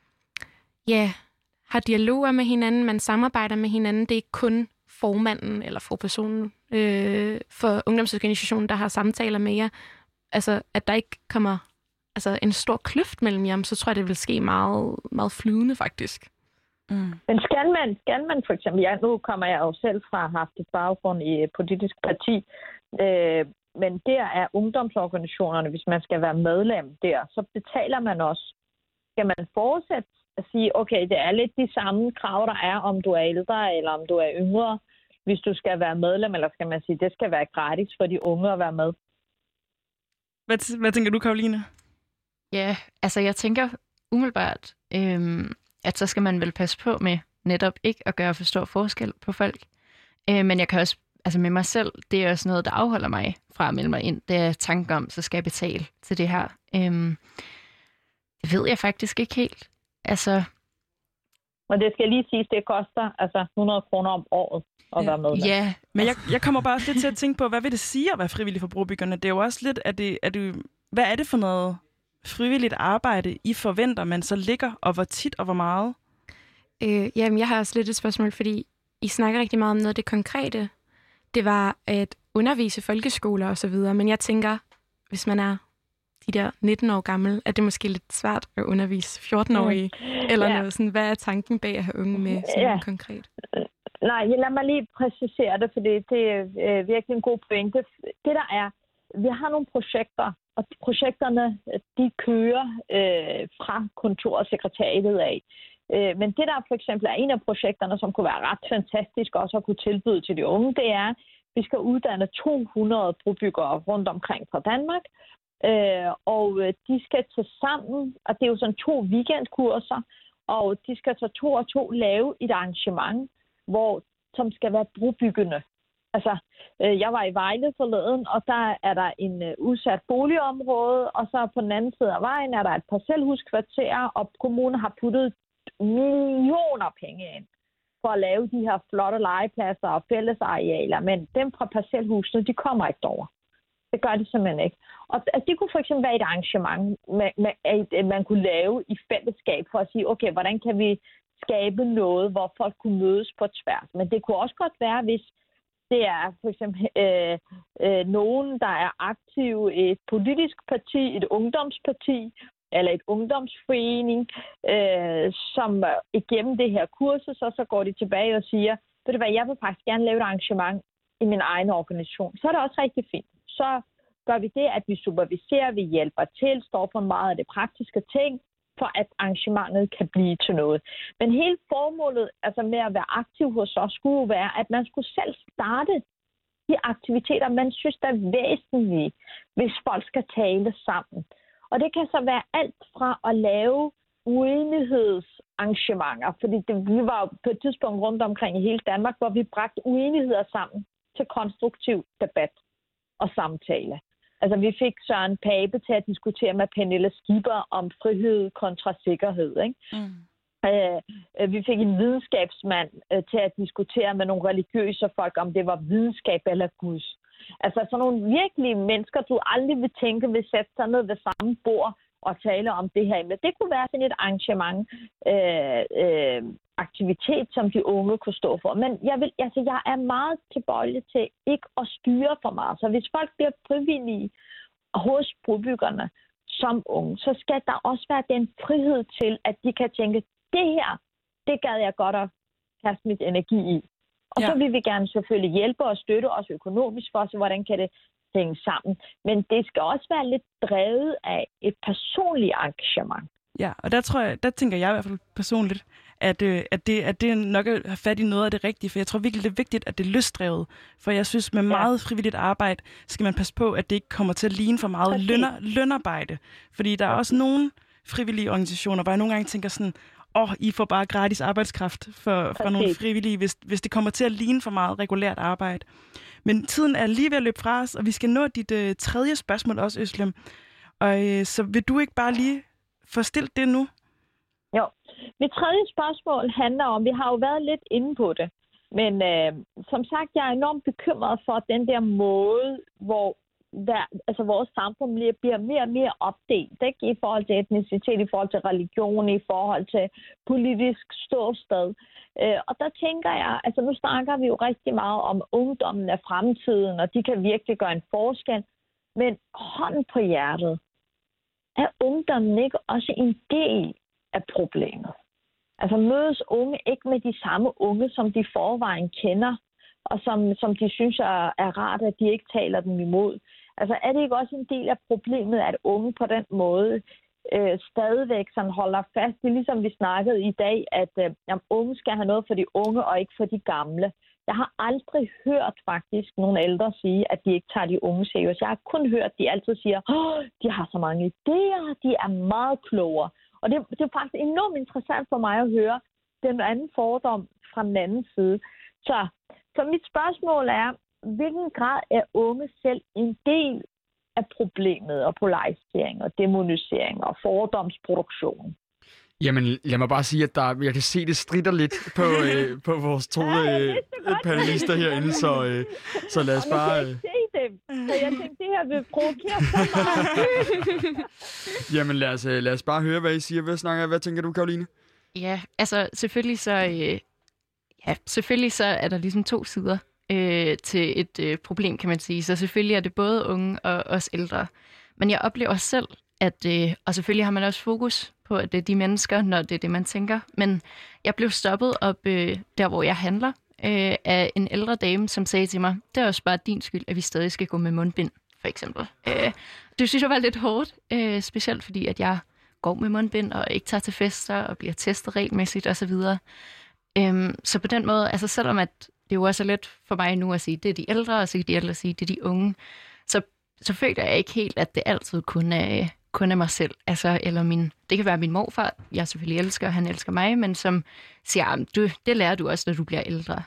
har dialoger med hinanden, man samarbejder med hinanden, det er ikke kun formanden eller forpersonen for ungdomsorganisationen, der har samtaler med jer, altså at der ikke kommer en stor kløft mellem jer, så tror jeg, det vil ske meget, meget flydende faktisk. Men skal man for eksempel, nu kommer jeg jo selv fra at have haft et baggrund i et politisk parti, men der er ungdomsorganisationerne, hvis man skal være medlem der, så betaler man også. Skal man fortsætte at sige, okay, det er lidt de samme krav, der er, om du er ældre eller om du er yngre, hvis du skal være medlem, eller skal man sige, det skal være gratis for de unge at være med? Hvad tænker du, Karoline? Ja, altså jeg tænker umiddelbart, at så skal man vel passe på med netop ikke at gøre for stor forskel på folk. Men jeg kan også, med mig selv, det er også noget, der afholder mig fra at melde mig ind. Det er tanken om, så skal jeg betale til det her. Det ved jeg faktisk ikke helt. Og det skal lige siges, det koster 100 kroner om året at være med. Ja, men jeg kommer bare også lidt til at tænke på, hvad vil det sige at være frivillig for brobyggerne? Det er jo også lidt, hvad er det for noget frivilligt arbejde, I forventer, man så ligger, og hvor tit og hvor meget? Jamen, jeg har også lidt et spørgsmål, fordi I snakker rigtig meget om noget af det konkrete. Det var at undervise folkeskoler og så videre, men jeg tænker, hvis man er de der 19 år gamle, er det måske lidt svært at undervise 14-årige, eller noget sådan, hvad er tanken bag at have unge med sådan konkret? Nej, lad mig lige præcisere det, for det er virkelig en god pointe. Det der er, vi har nogle projekter, og projekterne, de kører fra kontor og sekretariatet af. Men det der for eksempel er en af projekterne, som kunne være ret fantastisk også at kunne tilbyde til de unge, det er, at vi skal uddanne 200 brobyggere rundt omkring fra Danmark. Og de skal til sammen, og det er jo sådan 2 weekendkurser, og de skal så 2 og 2 lave et arrangement, som skal være brobyggende. Altså, jeg var i Vejle forleden, og der er der en udsat boligområde, og så på den anden side af vejen er der et parcelhuskvarter, og kommunen har puttet millioner penge ind for at lave de her flotte legepladser og fællesarealer, men dem fra parcelhusene, de kommer ikke over. Det gør de simpelthen ikke. Og det kunne for eksempel være et arrangement, man kunne lave i fællesskab for at sige, okay, hvordan kan vi skabe noget, hvor folk kunne mødes på tværs. Men det kunne også godt være, hvis det er for eksempel nogen, der er aktive i et politisk parti, et ungdomsparti, eller et ungdomsforening, som igennem det her kursus, så går de tilbage og siger, ved du hvad, jeg vil faktisk gerne lave et arrangement i min egen organisation. Så er det også rigtig fint. Så gør vi det, at vi superviserer, vi hjælper til, står for meget af det praktiske ting, for at arrangementet kan blive til noget. Men hele formålet altså med at være aktiv hos os skulle være, at man skulle selv starte de aktiviteter, man synes, der er væsentlige, hvis folk skal tale sammen. Og det kan så være alt fra at lave uenighedsarrangementer, fordi vi var på et tidspunkt rundt omkring i hele Danmark, hvor vi bragte uenigheder sammen til konstruktiv debat og samtale. Altså, vi fik Søren Pape til at diskutere med Pernille Skipper om frihed kontra sikkerhed, ikke? Vi fik en videnskabsmand til at diskutere med nogle religiøse folk, om det var videnskab eller Guds. Altså, sådan nogle virkelige mennesker, du aldrig vil tænke, vil sætte sig ned ved samme bord og tale om det her emne. Det kunne være sådan et arrangement, aktivitet, som de unge kunne stå for. Men jeg er meget tilbøjelig til ikke at styre for meget. Så hvis folk bliver frivillige hos brobyggerne som unge, så skal der også være den frihed til, at de kan tænke, det her, det gad jeg godt at kaste mit energi i. Og så vil vi gerne selvfølgelig hjælpe og støtte os økonomisk for os, hvordan kan det hænge sammen. Men det skal også være lidt drevet af et personligt engagement. Ja, og der tænker jeg i hvert fald personligt, at det nok er at have fat i noget af det rigtige, for jeg tror virkelig, det er vigtigt, at det er lystdrevet. For jeg synes, med meget frivilligt arbejde, skal man passe på, at det ikke kommer til at ligne for meget lønarbejde. Fordi der er også nogle frivillige organisationer, hvor jeg nogle gange tænker sådan, I får bare gratis arbejdskraft fra nogle frivillige, hvis det kommer til at ligne for meget regulært arbejde. Men tiden er lige ved at løbe fra os, og vi skal nå dit tredje spørgsmål også, Özlem. Og så vil du ikke bare lige få stillet det nu? Jo. Mit tredje spørgsmål handler om, vi har jo været lidt inde på det, men som sagt, jeg er enormt bekymret for den der måde, hvor vores samfund bliver mere og mere opdelt, ikke? I forhold til etnicitet, i forhold til religion, i forhold til politisk ståsted. Og der tænker jeg, altså nu snakker vi jo rigtig meget om ungdommen af fremtiden, og de kan virkelig gøre en forskel, men hånden på hjertet, er ungdommen ikke også en del af problemet? Altså mødes unge ikke med de samme unge, som de forvejen kender, og som de synes er rart, at de ikke taler dem imod. Altså er det ikke også en del af problemet, at unge på den måde stadigvæk sådan holder fast? Det er ligesom vi snakkede i dag, at unge skal have noget for de unge og ikke for de gamle. Jeg har aldrig hørt faktisk nogle ældre sige, at de ikke tager de unge seriøst. Jeg har kun hørt, at de altid siger, de har så mange idéer, de er meget klogere. Og det er faktisk enormt interessant for mig at høre den anden fordom fra den anden side. Så mit spørgsmål er, hvilken grad er unge selv en del af problemet og polarisering og demonisering og fordomsproduktion? Jamen, lad mig bare sige, at jeg kan se, det stritter lidt på vores to panelister herinde, så lad os bare... Jeg kan ikke se dem, så jeg tænkte, det her vil provokere så meget. Jamen, lad os bare høre, hvad I siger. Hvad tænker du, Karoline? Ja, altså selvfølgelig så er der ligesom to sider til et problem, kan man sige. Så selvfølgelig er det både unge og os ældre. Men jeg oplever selv, at, og selvfølgelig har man også fokus på, at det er de mennesker, når det er det, man tænker. Men jeg blev stoppet op der, hvor jeg handler, af en ældre dame, som sagde til mig, det er også bare din skyld, at vi stadig skal gå med mundbind, for eksempel. Det synes jeg var lidt hårdt, specielt fordi, at jeg går med mundbind og ikke tager til fester og bliver testet regelmæssigt osv. Så på den måde, altså selvom at det jo også er let for mig nu at sige, det er de ældre, og så kan de ældre sige, det er de unge, så føler jeg ikke helt, at det altid kun er mig selv. Altså, eller det kan være min morfar, jeg selvfølgelig elsker, og han elsker mig, men som siger, det lærer du også, når du bliver ældre.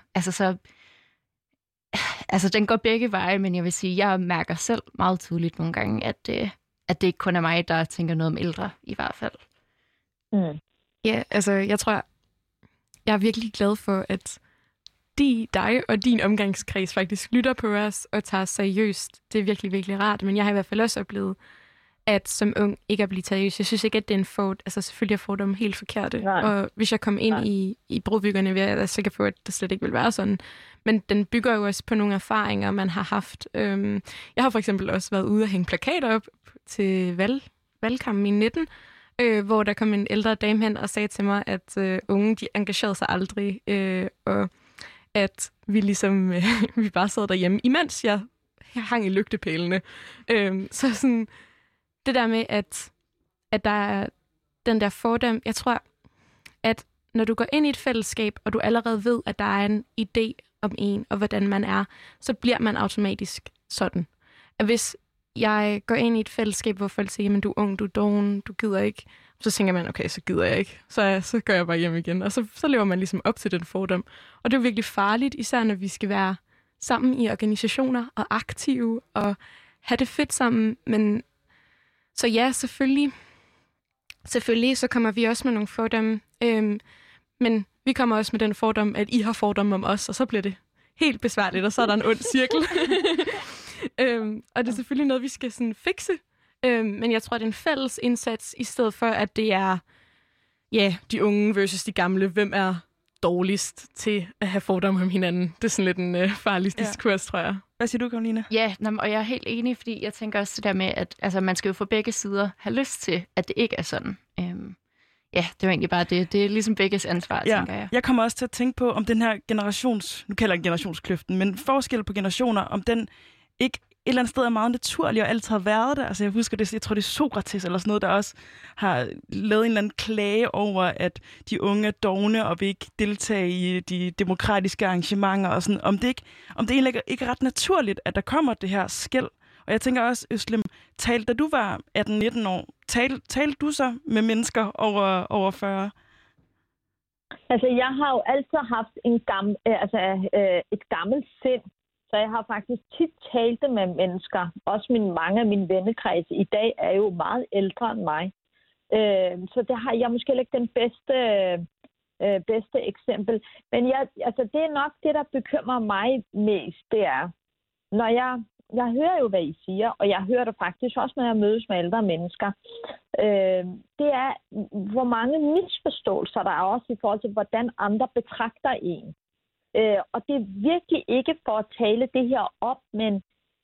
Altså, den går begge veje, men jeg vil sige, jeg mærker selv meget tydeligt nogle gange, at det ikke kun er mig, der tænker noget om ældre, i hvert fald. Mm. Ja, altså, jeg tror, jeg er virkelig glad for, at dig og din omgangskreds faktisk lytter på os og tager os seriøst. Det er virkelig, virkelig rart, men jeg har i hvert fald også oplevet, at som ung ikke at blive seriøs. Jeg synes ikke, at det er en altså selvfølgelig er fordomme helt forkerte. Nej. Og hvis jeg kom ind i brobyggerne, vil jeg være sikker på, at det slet ikke vil være sådan. Men den bygger jo også på nogle erfaringer, man har haft. Jeg har for eksempel også været ude og hænge plakater op til valgkampen i 19, hvor der kom en ældre dame hen og sagde til mig, at unge, de engagerede sig aldrig, og at vi ligesom, vi bare sad derhjemme, imens jeg hang i lygtepælene. Så sådan, det der med, at der er den der fordom, jeg tror, at når du går ind i et fællesskab, og du allerede ved, at der er en idé om en, og hvordan man er, så bliver man automatisk sådan. At hvis jeg går ind i et fællesskab, hvor folk siger, jamen du er ung, du er doven, du gider ikke, så tænker man, okay, så gider jeg ikke. Så går jeg bare hjem igen. Og så lever man ligesom op til den fordom. Og det er jo virkelig farligt, især når vi skal være sammen i organisationer og aktive og have det fedt sammen. Men så ja, selvfølgelig så kommer vi også med nogle fordomme. Men vi kommer også med den fordom, at I har fordomme om os, og så bliver det helt besværligt, og så er der en ond cirkel. Og det er selvfølgelig noget, vi skal sådan fikse. Men jeg tror, det er en fælles indsats, i stedet for, at det er de unge versus de gamle. Hvem er dårligst til at have fordomme om hinanden? Det er sådan lidt en farlig diskurs, tror jeg. Hvad siger du, Karoline? Ja, og jeg er helt enig, fordi jeg tænker også det der med, at altså, man skal jo fra begge sider have lyst til, at det ikke er sådan. Ja, det var egentlig bare det. Det er ligesom begges ansvar, tænker jeg. Jeg kommer også til at tænke på, om den her nu kalder jeg generationskløften, men forskel på generationer, om den ikke et eller andet sted er meget naturlig og altid har været der. Altså jeg husker det, jeg tror det er Sokrates eller sådan noget, der også har lavet en eller anden klage over, at de unge er dovne og vil ikke deltage i de demokratiske arrangementer og sådan. Om det egentlig ikke er ret naturligt, at der kommer det her skel. Og jeg tænker også, Özlem, da du var 18-19 år, talte du så med mennesker over 40? Altså, jeg har jo altid haft et gammelt sind, så jeg har faktisk tit talt med mennesker. Også mange af mine vennekreds i dag er jo meget ældre end mig. Så det har jeg måske ikke den bedste eksempel. Men det er nok det, der bekymrer mig mest, det er, når jeg hører jo, hvad I siger, og jeg hører det faktisk også, når jeg mødes med ældre mennesker. Det er, hvor mange misforståelser der er også i forhold til, hvordan andre betragter en. Og det er virkelig ikke for at tale det her op, men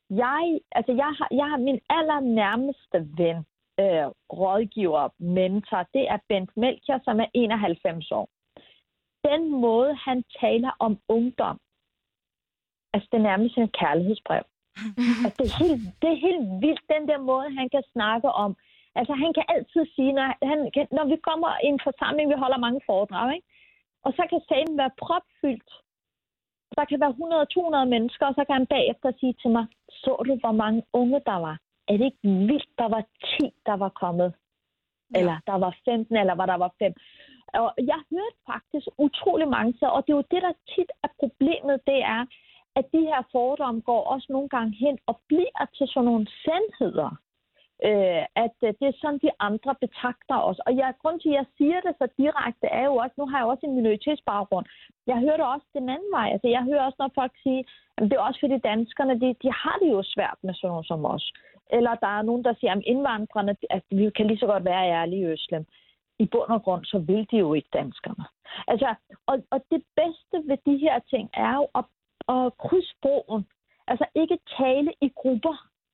jeg har min allernærmeste ven, rådgiver, mentor, det er Bent Melchior, som er 91 år. Den måde, han taler om ungdom, altså det er nærmest en kærlighedsbrev. Altså, det er helt vildt, den der måde, han kan snakke om. Altså, han kan altid sige, når vi kommer i en forsamling, vi holder mange foredrag, ikke? Og så kan salen være propfyldt. Der kan være 100-200 mennesker, og så kan han bagefter sige til mig, så du, hvor mange unge der var? Er det ikke vildt, der var 10, der var kommet? Eller der var 15, eller der var 5. Og jeg hørte faktisk utrolig mange steder, og det er jo det, der tit er problemet, det er, at de her fordomme går også nogle gange hen og bliver til sådan nogle sandheder. At det er sådan, de andre betragter os. Og grund til, at jeg siger det så direkte, er jo også, nu har jeg også en minoritetsbaggrund. Jeg hører det også den anden vej. Altså, jeg hører også, når folk siger, at det er også fordi danskerne, de har det jo svært med sådan noget som os. Eller der er nogen, der siger, at indvandrerne, at vi kan lige så godt være ærlige i Øslem. I bund og grund, så vil de jo ikke danskerne. Altså, og det bedste ved de her ting er jo at krydse broen. Altså ikke tale i grupper,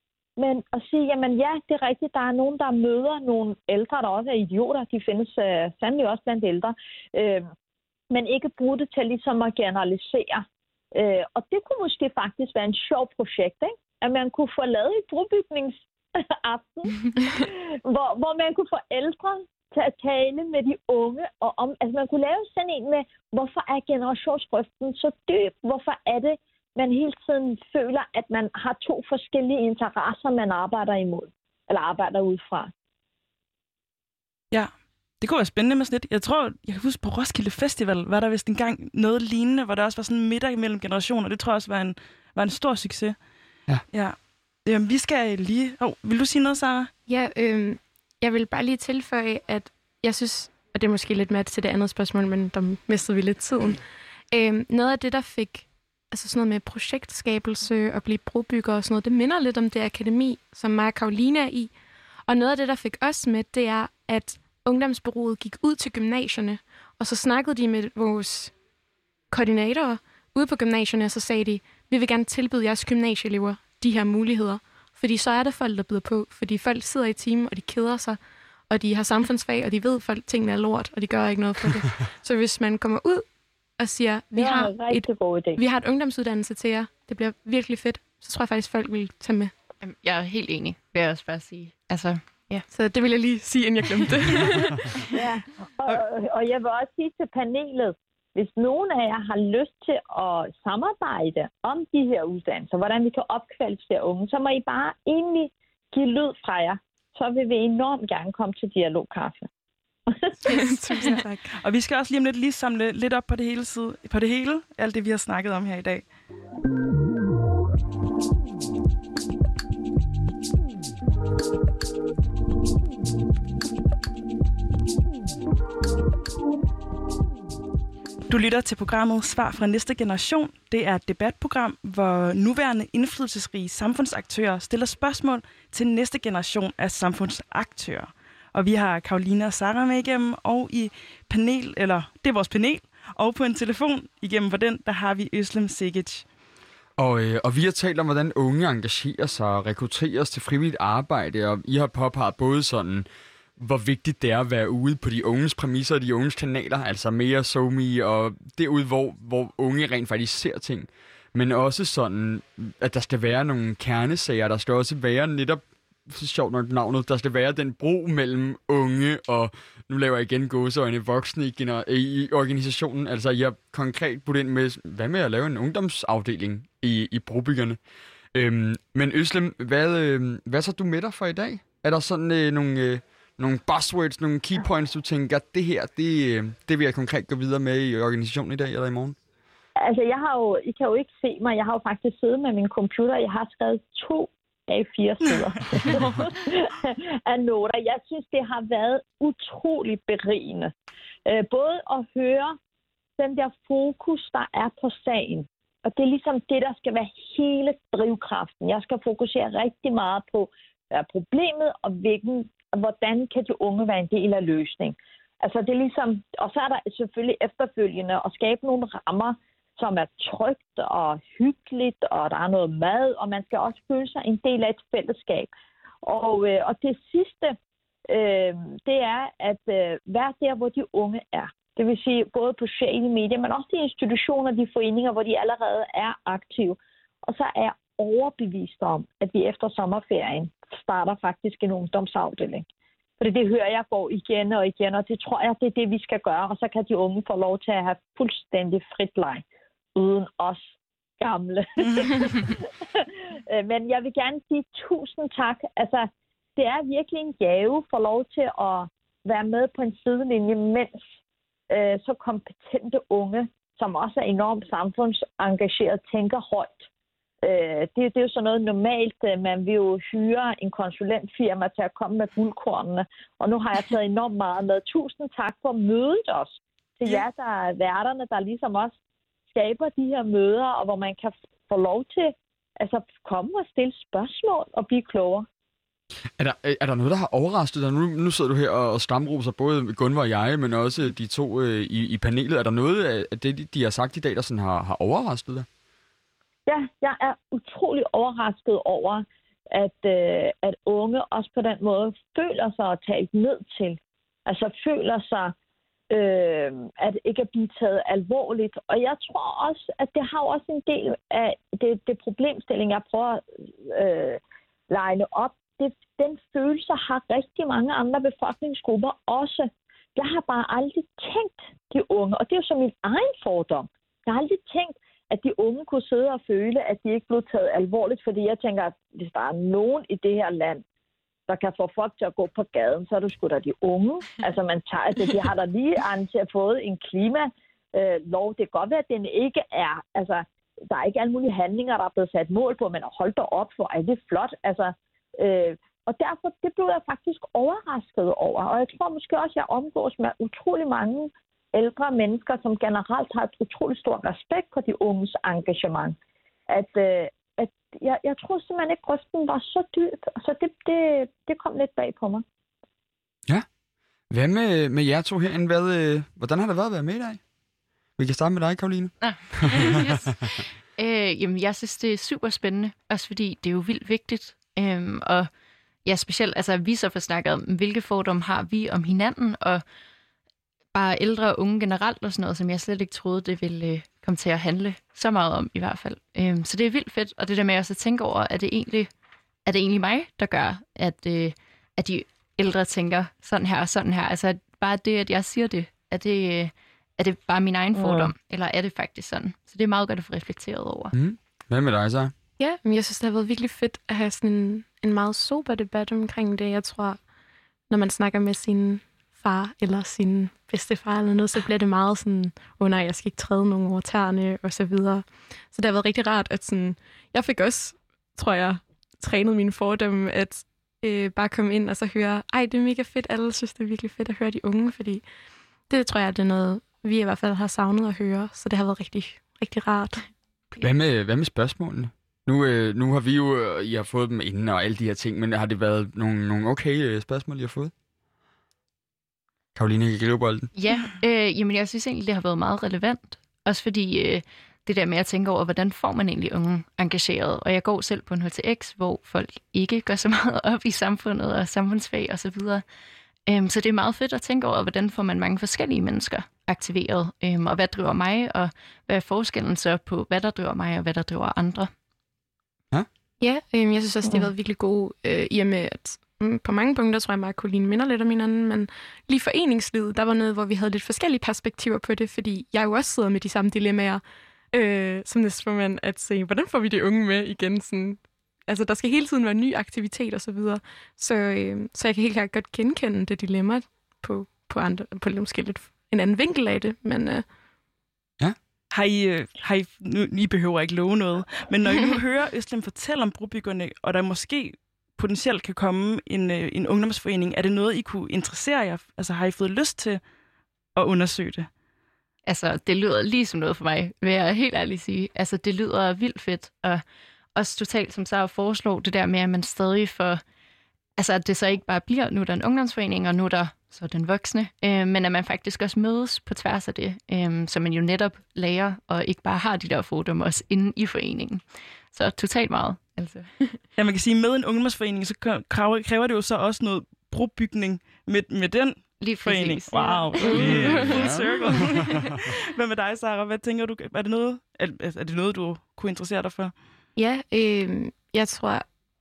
Men at sige, jamen ja, det er rigtigt, der er nogen, der møder nogle ældre, der også er idioter. De findes sandelig også blandt ældre. Men ikke bruge det til ligesom at generalisere. Og det kunne måske faktisk være en sjov projekt, ikke? At man kunne få lavet et brobygningsaften, hvor man kunne få ældre til at tale med de unge. Og altså man kunne lave sådan en med, hvorfor er generationsgrøften så dyb? Hvorfor er det, man hele tiden føler, at man har to forskellige interesser, man arbejder imod, eller arbejder ud fra. Ja, det kunne være spændende med sådan lidt. Jeg kan huske på Roskilde Festival, var der vist engang noget lignende, hvor der også var sådan en middag mellem generationer. Det tror jeg også var en stor succes. Ja. Vi skal lige... vil du sige noget, Sara? Ja, jeg vil bare lige tilføje, at jeg synes, og det er måske lidt mere til det andet spørgsmål, men der mistede vi lidt tiden. Noget af det, der fik altså sådan noget med projektskabelse og blive brobygger og sådan noget, det minder lidt om det akademi, som mig og Karoline er i. Og noget af det, der fik os med, det er, at ungdomsbureauet gik ud til gymnasierne, og så snakkede de med vores koordinatorer ude på gymnasierne, og så sagde de, vi vil gerne tilbyde jeres gymnasieelever de her muligheder, fordi så er der folk, der byder på, fordi folk sidder i timen, og de keder sig, og de har samfundsfag, og de ved, at tingene er lort, og de gør ikke noget for det. Så hvis man kommer ud og siger, vi har et ungdomsuddannelse til jer, det bliver virkelig fedt, så tror jeg faktisk, folk vil tage med. Jeg er helt enig, vil jeg også bare sige. Altså, ja. Så det vil jeg lige sige, inden jeg glemte det. Ja, og jeg vil også sige til panelet, hvis nogen af jer har lyst til at samarbejde om de her uddannelser, hvordan vi kan opkvalificere unge, så må I bare egentlig give lyd fra jer. Så vil vi enormt gerne komme til dialogkaffe. Tusind tak. Og vi skal også lige om lidt lige samle lidt op på det hele, alt det vi har snakket om her i dag. Du lytter til programmet Svar fra næste generation. Det er et debatprogram, hvor nuværende indflydelsesrige samfundsaktører stiller spørgsmål til næste generation af samfundsaktører. Og vi har Karoline og Sara med igennem, og i panel, eller det er vores panel, og på en telefon igennem for den, der har vi Özlem Cekic. Og vi har talt om, hvordan unge engagerer sig og rekrutteres til frivilligt arbejde, og I har påpeget både sådan, hvor vigtigt det er at være ude på de unges præmisser og de unges kanaler, altså mere SoMe og derude, hvor unge rent faktisk ser ting. Men også sådan, at der skal være nogle kernesager, der skal også være netop, sjovt nok navnet, der skal være den bro mellem unge og, nu laver jeg igen gåseøjne, voksne i organisationen. Altså, jeg har konkret budt ind med, hvad med at lave en ungdomsafdeling i brobyggerne. Men Özlem, hvad så du med dig for i dag? Er der sådan nogle buzzwords, nogle key points, du tænker, det her, det vil jeg konkret gå videre med i organisationen i dag eller i morgen? Altså, I kan jo ikke se mig. Jeg har jo faktisk siddet med min computer. Jeg har skrevet 2 A4 sider af noter. Jeg synes, det har været utroligt berigende. Både at høre den der fokus, der er på sagen. Og det er ligesom det, der skal være hele drivkraften. Jeg skal fokusere rigtig meget på problemet og hvordan kan de unge være en del af løsningen. Altså det er ligesom, og så er der selvfølgelig efterfølgende at skabe nogle rammer, som er trygt og hyggeligt, og der er noget mad, og man skal også føle sig en del af et fællesskab. Og det sidste, det er at være der, hvor de unge er. Det vil sige både på sociale medier, men også de institutioner, de foreninger, hvor de allerede er aktive. Og så er jeg overbevist om, at vi efter sommerferien starter faktisk en ungdomsafdeling. Fordi det hører jeg går igen og igen, og det tror jeg, det er det, vi skal gøre. Og så kan de unge få lov til at have fuldstændig frit leg uden os gamle. Men jeg vil gerne sige 1000 tak. Altså, det er virkelig en gave for lov til at være med på en sidelinje, mens så kompetente unge, som også er enormt samfundsengageret, tænker højt. Det er jo sådan noget normalt. Man vil jo hyre en konsulentfirma til at komme med guldkornene. Og nu har jeg taget enormt meget med. 1000 tak for mødet også. Til jer, der er værterne, der ligesom også skaber de her møder, og hvor man kan få lov til at komme og stille spørgsmål og blive klogere. Er der noget, der har overrasket dig? Nu sidder du her og stamroser både Gunvar og jeg, men også de to i panelet. Er der noget af det, de har sagt i dag, der sådan har overrasket dig? Ja, jeg er utrolig overrasket over at unge også på den måde føler sig talt ned til. Altså føler sig, at ikke at blive taget alvorligt. Og jeg tror også, at det har også en del af det problemstilling, jeg prøver at line op. Den følelse har rigtig mange andre befolkningsgrupper også. Jeg har bare aldrig tænkt de unge, og det er jo så min egen fordom. Jeg har aldrig tænkt, at de unge kunne sidde og føle, at de ikke blev taget alvorligt, fordi jeg tænker, at hvis der er nogen i det her land, der kan få folk til at gå på gaden, så er det sgu da de unge. Altså, de har da lige fået en klimalov. Det kan godt være, at den ikke er... Altså, der er ikke alle mulige handlinger, der er blevet sat mål på, men hold da op, for er det flot. Altså, og derfor, det blev jeg faktisk overrasket over. Og jeg tror måske også, at jeg omgås med utrolig mange ældre mennesker, som generelt har et utroligt stor respekt for de unges engagement. Jeg tror simpelthen ikke, at grøften var så dyb. Så det kom lidt bag på mig. Ja. Hvad med jer to herinde? Hvordan har det været at være med i dag? Vi kan starte med dig, Karoline. Yes. Jamen, jeg synes, det er super spændende. Også fordi det er jo vildt vigtigt. Og ja, specielt, altså vi så får snakket om, hvilke fordomme har vi om hinanden, og bare ældre og unge generelt og sådan noget, som jeg slet ikke troede, det ville komme til at handle så meget om i hvert fald. Så det er vildt fedt, og det der med også at tænke over, er det egentlig mig, der gør, at de ældre tænker sådan her og sådan her. Altså bare det, at jeg siger det, er det bare min egen fordom, eller er det faktisk sådan? Så det er meget godt at få reflekteret over. Hvad med dig så? Ja, men jeg synes, det har været virkelig fedt at have sådan en meget sober debat omkring det. Jeg tror, når man snakker med sin far eller sin bedstefar eller noget, så bliver det meget sådan, nej, jeg skal ikke træde nogen over tæerne og så videre. Så det har været rigtig rart, at sådan, jeg fik også, tror jeg, trænet mine fordomme, at bare komme ind og så høre, det er mega fedt, alle synes, det er virkelig fedt at høre de unge, fordi det tror jeg, det er noget, vi i hvert fald har savnet at høre, så det har været rigtig, rigtig rart. Hvad med spørgsmålene? Nu har vi jo, I har fået dem inden og alle de her ting, men har det været nogle okay spørgsmål, I har fået? Karoline, kan gribe bolden? Ja, jamen jeg synes egentlig, det har været meget relevant. Også fordi det der med at tænke over, hvordan får man egentlig unge engageret. Og jeg går selv på en HTX, hvor folk ikke gør så meget op i samfundet og samfundsfag osv. Så det er meget fedt at tænke over, hvordan får man mange forskellige mennesker aktiveret. Og hvad driver mig, og hvad er forskellen så på, hvad der driver mig, og hvad der driver andre. Ja, jeg synes også, det har været virkelig gode, i og med, at på mange punkter tror jeg, at Karoline minder lidt om hinanden, men lige foreningslivet, der var noget, hvor vi havde lidt forskellige perspektiver på det, fordi jeg jo også sidder med de samme dilemmaer som næstformand, at se, hvordan får vi de unge med igen? Sådan, altså, der skal hele tiden være ny aktivitet og så videre, så jeg kan helt klart godt genkende det dilemma på måske lidt en anden vinkel af det, men... Har I nu, I behøver ikke love noget, men når I nu hører Özlem fortælle om brobyggerne, og der måske potentielt kan komme en ungdomsforening, er det noget, I kunne interessere jer? Altså har I fået lyst til at undersøge det? Altså, det lyder lige som noget for mig, vil jeg helt ærligt sige. Altså, det lyder vildt fedt, og også totalt, som så foreslår det der med, at man stadig får... Altså, at det så ikke bare bliver, nu er der en ungdomsforening, og nu er der så den voksne, men at man faktisk også mødes på tværs af det, så man jo netop lærer, og ikke bare har de der fordomme også inde i foreningen. Så totalt meget, altså. Ja, man kan sige, at med en ungdomsforening, så kræver det jo så også noget brobygning med den lige forening. Wow, full circle. Hvad med dig, Sara? Hvad tænker du? Er det noget, du kunne interessere dig for? Ja, jeg tror,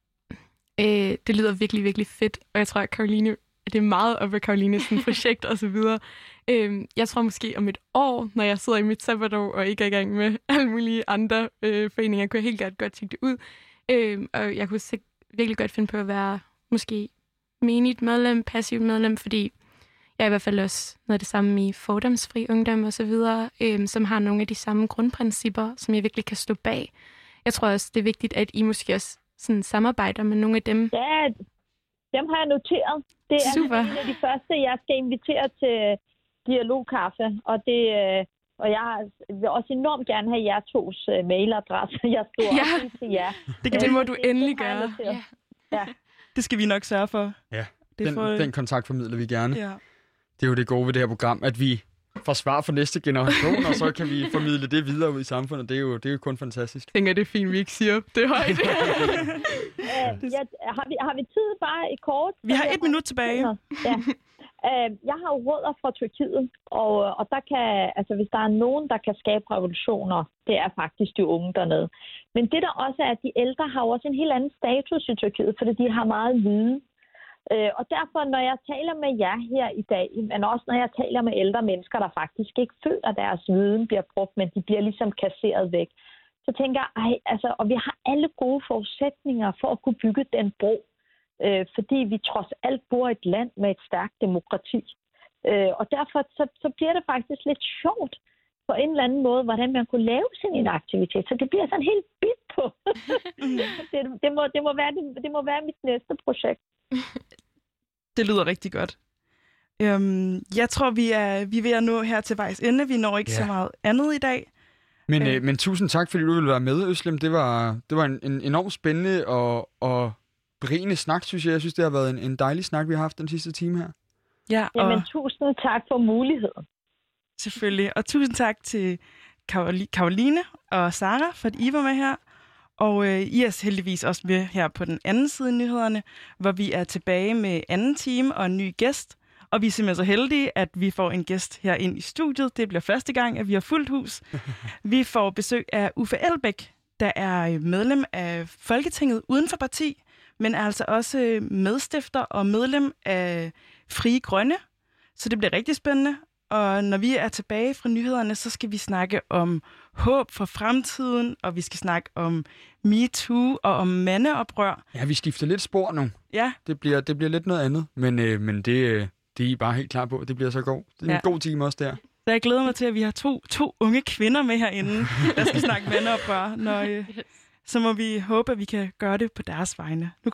det lyder virkelig, virkelig fedt, og jeg tror, at Karoline, det er meget op ad Karolines projekt og så videre. Jeg tror måske om et år, når jeg sidder i mit sabbatår og ikke er i gang med alle mulige andre foreninger, kunne jeg helt godt tænke det ud. Og jeg kunne virkelig godt finde på at være måske menigt medlem, passivt medlem, fordi jeg er i hvert fald også noget af det samme i fordomsfri ungdom og så videre, som har nogle af de samme grundprincipper, som jeg virkelig kan stå bag. Jeg tror også, det er vigtigt, at I måske også sådan samarbejder med nogle af dem. Ja, dem har jeg noteret. Det er super. En af de første, jeg skal invitere til dialogkaffe, og jeg vil også enormt gerne have jer tos mailadresse. Jeg skriver også til jer. Det må du endelig gøre. Ja. Det skal vi nok sørge for. Ja, den kontakt formidler vi gerne. Ja. Det er jo det gode ved det her program, at vi forsvar for næste generation, og så kan vi formidle det videre ud i samfundet. Det er jo kun fantastisk. Jeg tænker, det er fint, vi ikke siger det højt. Har vi tid bare i kort? Vi har 1 minut tilbage. Ja. Jeg har jo rødder fra Tyrkiet, og der kan, altså hvis der er nogen, der kan skabe revolutioner, det er faktisk de unge dernede. Men det der også er, at de ældre har jo også en helt anden status i Tyrkiet, fordi de har meget viden. Og derfor, når jeg taler med jer her i dag, men også når jeg taler med ældre mennesker, der faktisk ikke føler, at deres viden bliver brugt, men de bliver ligesom kasseret væk, så tænker jeg, og vi har alle gode forudsætninger for at kunne bygge den bro. Fordi vi trods alt bor i et land med et stærkt demokrati. Og derfor så bliver det faktisk lidt sjovt på en eller anden måde, hvordan man kunne lave sådan en aktivitet. Så det bliver sådan helt bit på. det må være mit næste projekt. Det lyder rigtig godt. Jeg tror, vi er ved at nå her til vejs ende. Vi når ikke så meget andet i dag. Men tusind tak, fordi du ville være med, Özlem. Det var en enormt spændende og berigende snak, synes jeg. Jeg synes, det har været en dejlig snak, vi har haft den sidste time her. Ja, Jamen, tusind tak for muligheden. Selvfølgelig. Og tusind tak til Karoline og Sara, for at I var med her. Og I er heldigvis også med her på den anden side af nyhederne, hvor vi er tilbage med anden time og en ny gæst. Og vi er simpelthen så heldige, at vi får en gæst her ind i studiet. Det bliver første gang, at vi har fuldt hus. Vi får besøg af Uffe Elbæk, der er medlem af Folketinget uden for parti, men er altså også medstifter og medlem af Frie Grønne. Så det bliver rigtig spændende. Og når vi er tilbage fra nyhederne, så skal vi snakke om håb for fremtiden, og vi skal snakke om MeToo og om mandeoprør. Ja, vi skifter lidt spor nu. Ja. Det bliver lidt noget andet, men det er I bare helt klar på. Det bliver så godt. Det er en god time også der. Så jeg glæder mig til, at vi har to unge kvinder med herinde, der skal snakke mandeoprør. Så må vi håbe, at vi kan gøre det på deres vegne. Nu